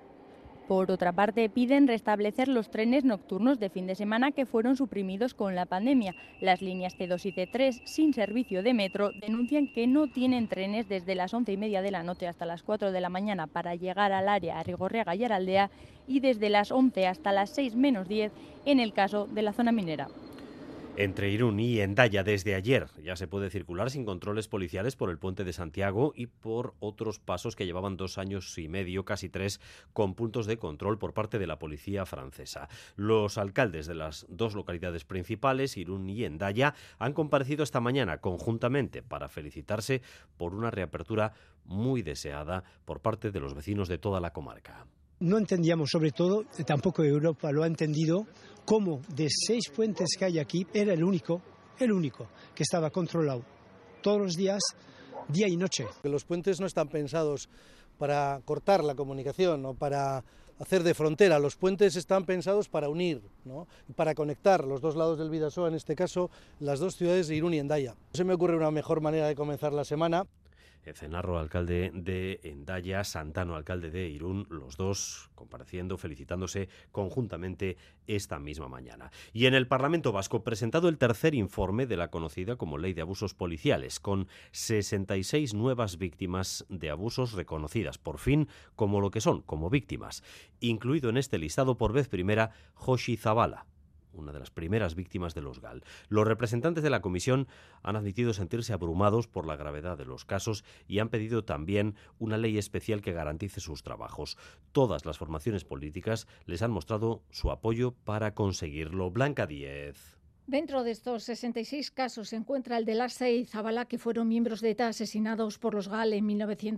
[SPEAKER 3] Por otra parte, piden restablecer los trenes nocturnos de fin de semana que fueron suprimidos con la pandemia. Las líneas C2 y C3, sin servicio de metro, denuncian que no tienen trenes desde las 11:30 de la noche hasta las 4 de la mañana para llegar al área Arrigorriaga y Araldea y desde las 11 hasta las 6 menos 10 en el caso de la zona minera.
[SPEAKER 1] Entre Irún y Hendaya desde ayer ya se puede circular sin controles policiales por el puente de Santiago y por otros pasos que llevaban 2 años y medio, casi 3, con puntos de control por parte de la policía francesa. Los alcaldes de las 2 localidades principales, Irún y Hendaya, han comparecido esta mañana conjuntamente para felicitarse por una reapertura muy deseada por parte de los vecinos de toda la comarca.
[SPEAKER 25] No entendíamos, sobre todo, tampoco Europa lo ha entendido, cómo de 6 puentes que hay aquí era el único que estaba controlado todos los días, día y noche.
[SPEAKER 21] Los puentes no están pensados para cortar la comunicación o para hacer de frontera. Los puentes están pensados para unir, ¿no? Y para conectar los 2 lados del Bidasoa, en este caso las 2 ciudades de Irún y Hendaya. No se me ocurre una mejor manera de comenzar la semana.
[SPEAKER 1] Cenarro, alcalde de Hendaya, Santano, alcalde de Irún, los 2 compareciendo, felicitándose conjuntamente esta misma mañana. Y en el Parlamento Vasco, presentado el tercer informe de la conocida como Ley de Abusos Policiales, con 66 nuevas víctimas de abusos reconocidas, por fin, como lo que son, como víctimas. Incluido en este listado por vez primera, Joshi Zabala, una de las primeras víctimas de los GAL. Los representantes de la comisión han admitido sentirse abrumados por la gravedad de los casos y han pedido también una ley especial que garantice sus trabajos. Todas las formaciones políticas les han mostrado su apoyo para conseguirlo. Blanca Díez.
[SPEAKER 26] Dentro de estos 66 casos se encuentra el de Lassa y Zabala, que fueron miembros de ETA asesinados por los GAL en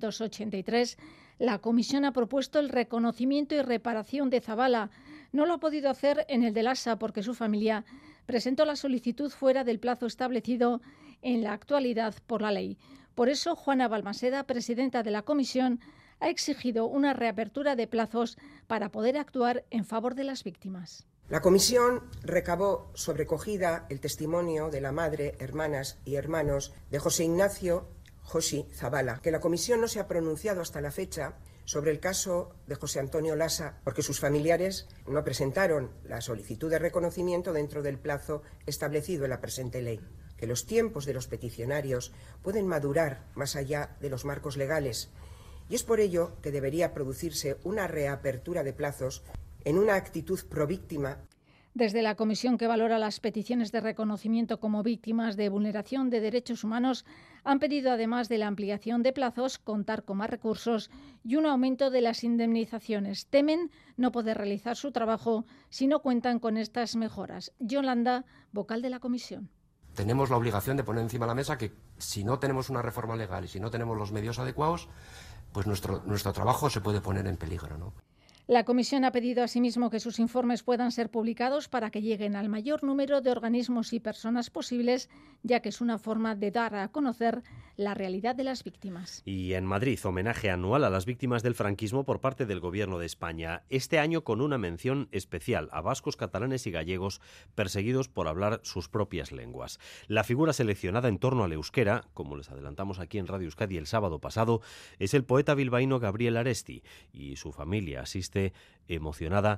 [SPEAKER 26] 1983. La comisión ha propuesto el reconocimiento y reparación de Zabala. No lo ha podido hacer en el de Lassa porque su familia presentó la solicitud fuera del plazo establecido en la actualidad por la ley. Por eso, Juana Balmaseda, presidenta de la comisión, ha exigido una reapertura de plazos para poder actuar en favor de las víctimas.
[SPEAKER 5] La comisión recabó sobrecogida el testimonio de la madre, hermanas y hermanos de José Ignacio Josi Zabala, que la comisión no se ha pronunciado hasta la fecha sobre el caso de José Antonio Lasa, porque sus familiares no presentaron la solicitud de reconocimiento dentro del plazo establecido en la presente ley. Que los tiempos de los peticionarios pueden madurar más allá de los marcos legales, y es por ello que debería producirse una reapertura de plazos en una actitud províctima.
[SPEAKER 26] Desde la comisión que valora las peticiones de reconocimiento como víctimas de vulneración de derechos humanos han pedido, además de la ampliación de plazos, contar con más recursos y un aumento de las indemnizaciones. Temen no poder realizar su trabajo si no cuentan con estas mejoras. Yolanda, vocal de la comisión.
[SPEAKER 6] Tenemos la obligación de poner encima de la mesa que si no tenemos una reforma legal y si no tenemos los medios adecuados, pues nuestro trabajo se puede poner en peligro, ¿no?
[SPEAKER 26] La comisión ha pedido asimismo que sus informes puedan ser publicados para que lleguen al mayor número de organismos y personas posibles, ya que es una forma de dar a conocer la realidad de las víctimas.
[SPEAKER 1] Y en Madrid, homenaje anual a las víctimas del franquismo por parte del Gobierno de España. Este año con una mención especial a vascos, catalanes y gallegos perseguidos por hablar sus propias lenguas. La figura seleccionada en torno al euskera, como les adelantamos aquí en Radio Euskadi el sábado pasado, es el poeta bilbaíno Gabriel Aresti, y su familia ha asistido emocionada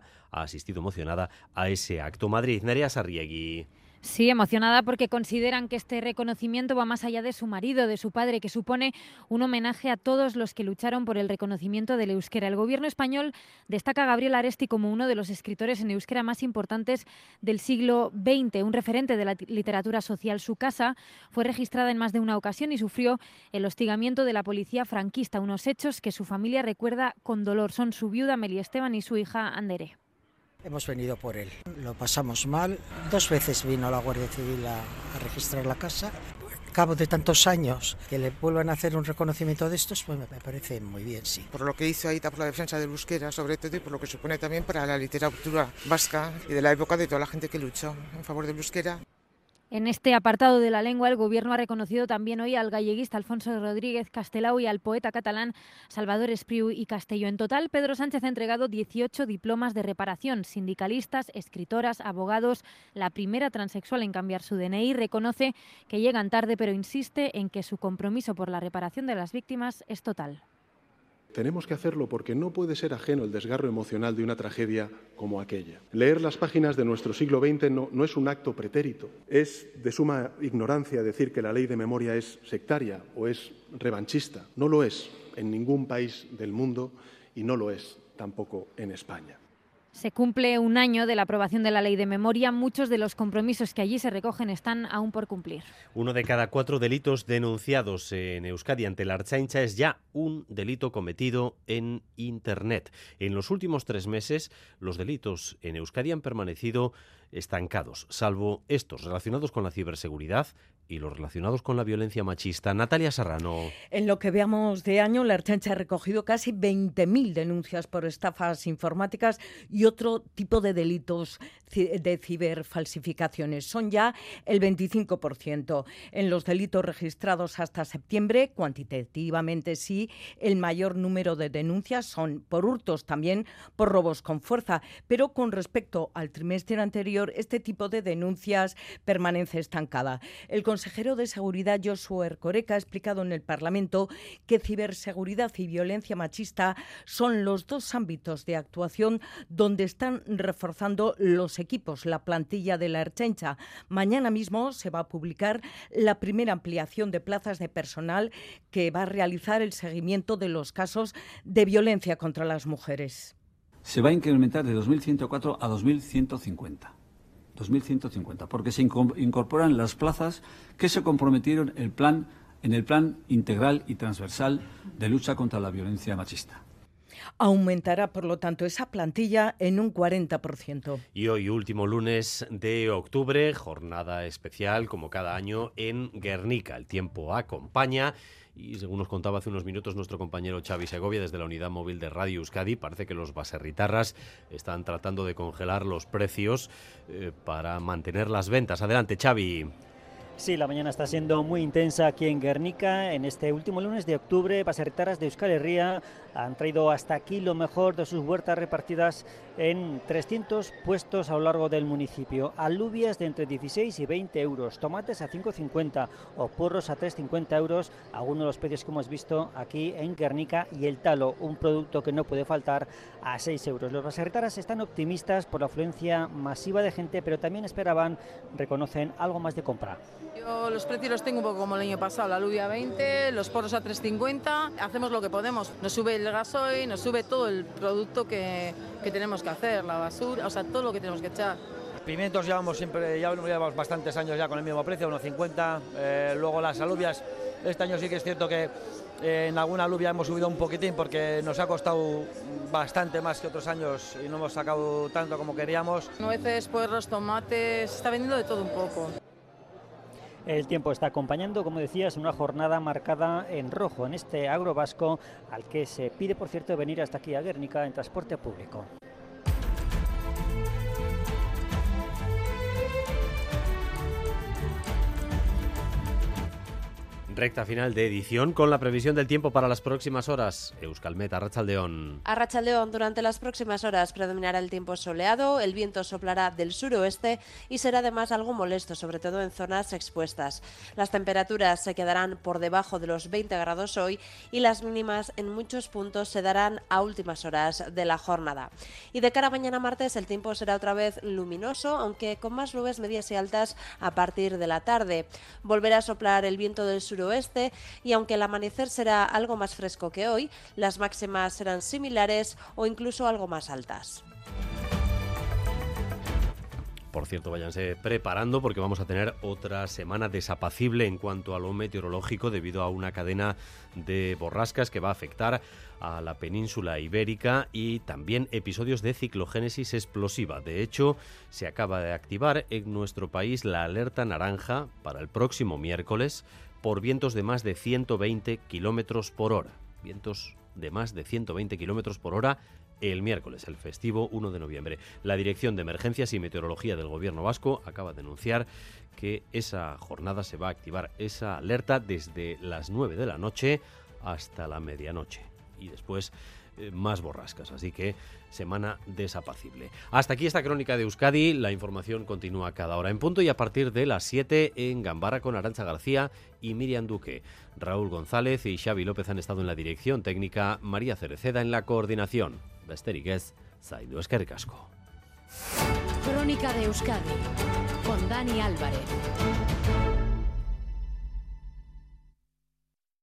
[SPEAKER 1] a ese acto. Madrid, Nerea Sarriegui.
[SPEAKER 7] Sí, emocionada porque consideran que este reconocimiento va más allá de su marido, de su padre, que supone un homenaje a todos los que lucharon por el reconocimiento del euskera. El gobierno español destaca a Gabriel Aresti como uno de los escritores en euskera más importantes del siglo XX, un referente de la literatura social. Su casa fue registrada en más de una ocasión y sufrió el hostigamiento de la policía franquista, unos hechos que su familia recuerda con dolor. Son su viuda Meli Esteban y su hija Andere.
[SPEAKER 8] Hemos venido por él, lo pasamos mal. 2 veces vino la Guardia Civil a registrar la casa. Al cabo de tantos años que le vuelvan a hacer un reconocimiento de estos, pues me parece muy bien, sí.
[SPEAKER 9] Por lo que hizo ahí por la defensa del euskera, sobre todo, y por lo que supone también para la literatura vasca y de la época de toda la gente que luchó en favor del euskera.
[SPEAKER 7] En este apartado de la lengua, el Gobierno ha reconocido también hoy al galleguista Alfonso Rodríguez Castelao y al poeta catalán Salvador Espriu y Castelló. En total, Pedro Sánchez ha entregado 18 diplomas de reparación. Sindicalistas, escritoras, abogados, la primera transexual en cambiar su DNI, reconoce que llegan tarde, pero insiste en que su compromiso por la reparación de las víctimas es total.
[SPEAKER 14] Tenemos que hacerlo porque no puede ser ajeno el desgarro emocional de una tragedia como aquella. Leer las páginas de nuestro siglo XX no es un acto pretérito. Es de suma ignorancia decir que la ley de memoria es sectaria o es revanchista. No lo es en ningún país del mundo y no lo es tampoco en España.
[SPEAKER 7] Se cumple un año de la aprobación de la Ley de Memoria. Muchos de los compromisos que allí se recogen están aún por cumplir.
[SPEAKER 1] 1 de cada 4 delitos denunciados en Euskadi ante la Ertzaintza es ya un delito cometido en Internet. En los últimos 3 meses, los delitos en Euskadi han permanecido estancados, salvo estos relacionados con la ciberseguridad y los relacionados con la violencia machista. Natalia Serrano.
[SPEAKER 27] En lo que veamos de año, la Ertzaintza ha recogido casi 20.000 denuncias por estafas informáticas y otro tipo de delitos de ciberfalsificaciones. Son ya el 25%. En los delitos registrados hasta septiembre, cuantitativamente sí, el mayor número de denuncias son por hurtos, también por robos con fuerza. Pero con respecto al trimestre anterior, este tipo de denuncias permanece estancada. El consejero de Seguridad, Josu Erkoreka, ha explicado en el Parlamento que ciberseguridad y violencia machista son los 2 ámbitos de actuación donde están reforzando los equipos, la plantilla de la Ertzaintza. Mañana mismo se va a publicar la primera ampliación de plazas de personal que va a realizar el seguimiento de los casos de violencia contra las mujeres.
[SPEAKER 28] Se va a incrementar de 2.104 a 2.150. 2.150, porque se incorporan las plazas que se comprometieron en el plan integral y transversal de lucha contra la violencia machista.
[SPEAKER 27] Aumentará, por lo tanto, esa plantilla en un 40%.
[SPEAKER 1] Y hoy, último lunes de octubre, jornada especial, como cada año, en Guernica. El tiempo acompaña. Y según nos contaba hace unos minutos nuestro compañero Xavi Segovia desde la unidad móvil de Radio Euskadi, parece que los baserritarras están tratando de congelar los precios para mantener las ventas. Adelante, Xavi.
[SPEAKER 2] Sí, la mañana está siendo muy intensa aquí en Guernica. En este último lunes de octubre, baserritaras de Euskal Herria han traído hasta aquí lo mejor de sus huertas repartidas en 300 puestos a lo largo del municipio. Alubias de entre 16 y 20 euros, tomates a 5,50 o porros a 3,50 euros, algunos de los precios que hemos visto aquí en Guernica, y el talo, un producto que no puede faltar, a 6 euros. Los baserritaras están optimistas por la afluencia masiva de gente, pero también esperaban, reconocen, algo más de compra.
[SPEAKER 10] Yo los precios los tengo un poco como el año pasado, la alubia a 20, los porros a 3,50, hacemos lo que podemos, nos sube el gasoil, nos sube todo el producto que tenemos que hacer, la basura, o sea, todo lo que tenemos que echar.
[SPEAKER 11] Pimientos llevamos bastantes años ya con el mismo precio, 1,50, luego las alubias, este año sí que es cierto que en alguna alubia hemos subido un poquitín porque nos ha costado bastante más que otros años y no hemos sacado tanto como queríamos.
[SPEAKER 10] Nueces, puerros, tomates, se está vendiendo de todo un poco.
[SPEAKER 2] El tiempo está acompañando, como decías, una jornada marcada en rojo en este agro vasco, al que se pide, por cierto, venir hasta aquí a Guernica en transporte público.
[SPEAKER 1] Recta final de edición con la previsión del tiempo para las próximas horas. Euskalmet, Arratsaldeon.
[SPEAKER 12] Arratsaldeon, durante las próximas horas predominará el tiempo soleado, el viento soplará del suroeste y será además algo molesto, sobre todo en zonas expuestas. Las temperaturas se quedarán por debajo de los 20 grados hoy y las mínimas en muchos puntos se darán a últimas horas de la jornada. Y de cara a mañana martes el tiempo será otra vez luminoso, aunque con más nubes medias y altas a partir de la tarde. Volverá a soplar el viento del suroeste y aunque el amanecer será algo más fresco que hoy, las máximas serán similares o incluso algo más altas.
[SPEAKER 1] Por cierto, váyanse preparando porque vamos a tener otra semana desapacible en cuanto a lo meteorológico debido a una cadena de borrascas que va a afectar a la península ibérica y también episodios de ciclogénesis explosiva. De hecho, se acaba de activar en nuestro país la alerta naranja para el próximo miércoles por vientos de más de 120 kilómetros por hora. Vientos de más de 120 kilómetros por hora el miércoles, el festivo 1 de noviembre. La Dirección de Emergencias y Meteorología del Gobierno vasco acaba de anunciar que esa jornada se va a activar, esa alerta, desde las 9 de la noche hasta la medianoche. Y después más borrascas, así que semana desapacible. Hasta aquí esta crónica de Euskadi. La información continúa cada hora en punto y a partir de las 7 en Gambara con Arantxa García y Miriam Duque. Raúl González y Xavi López han estado en la dirección técnica, María Cereceda en la coordinación. Besterik ez, zaidu eskerrik asko.
[SPEAKER 13] Crónica de Euskadi con Dani Álvarez.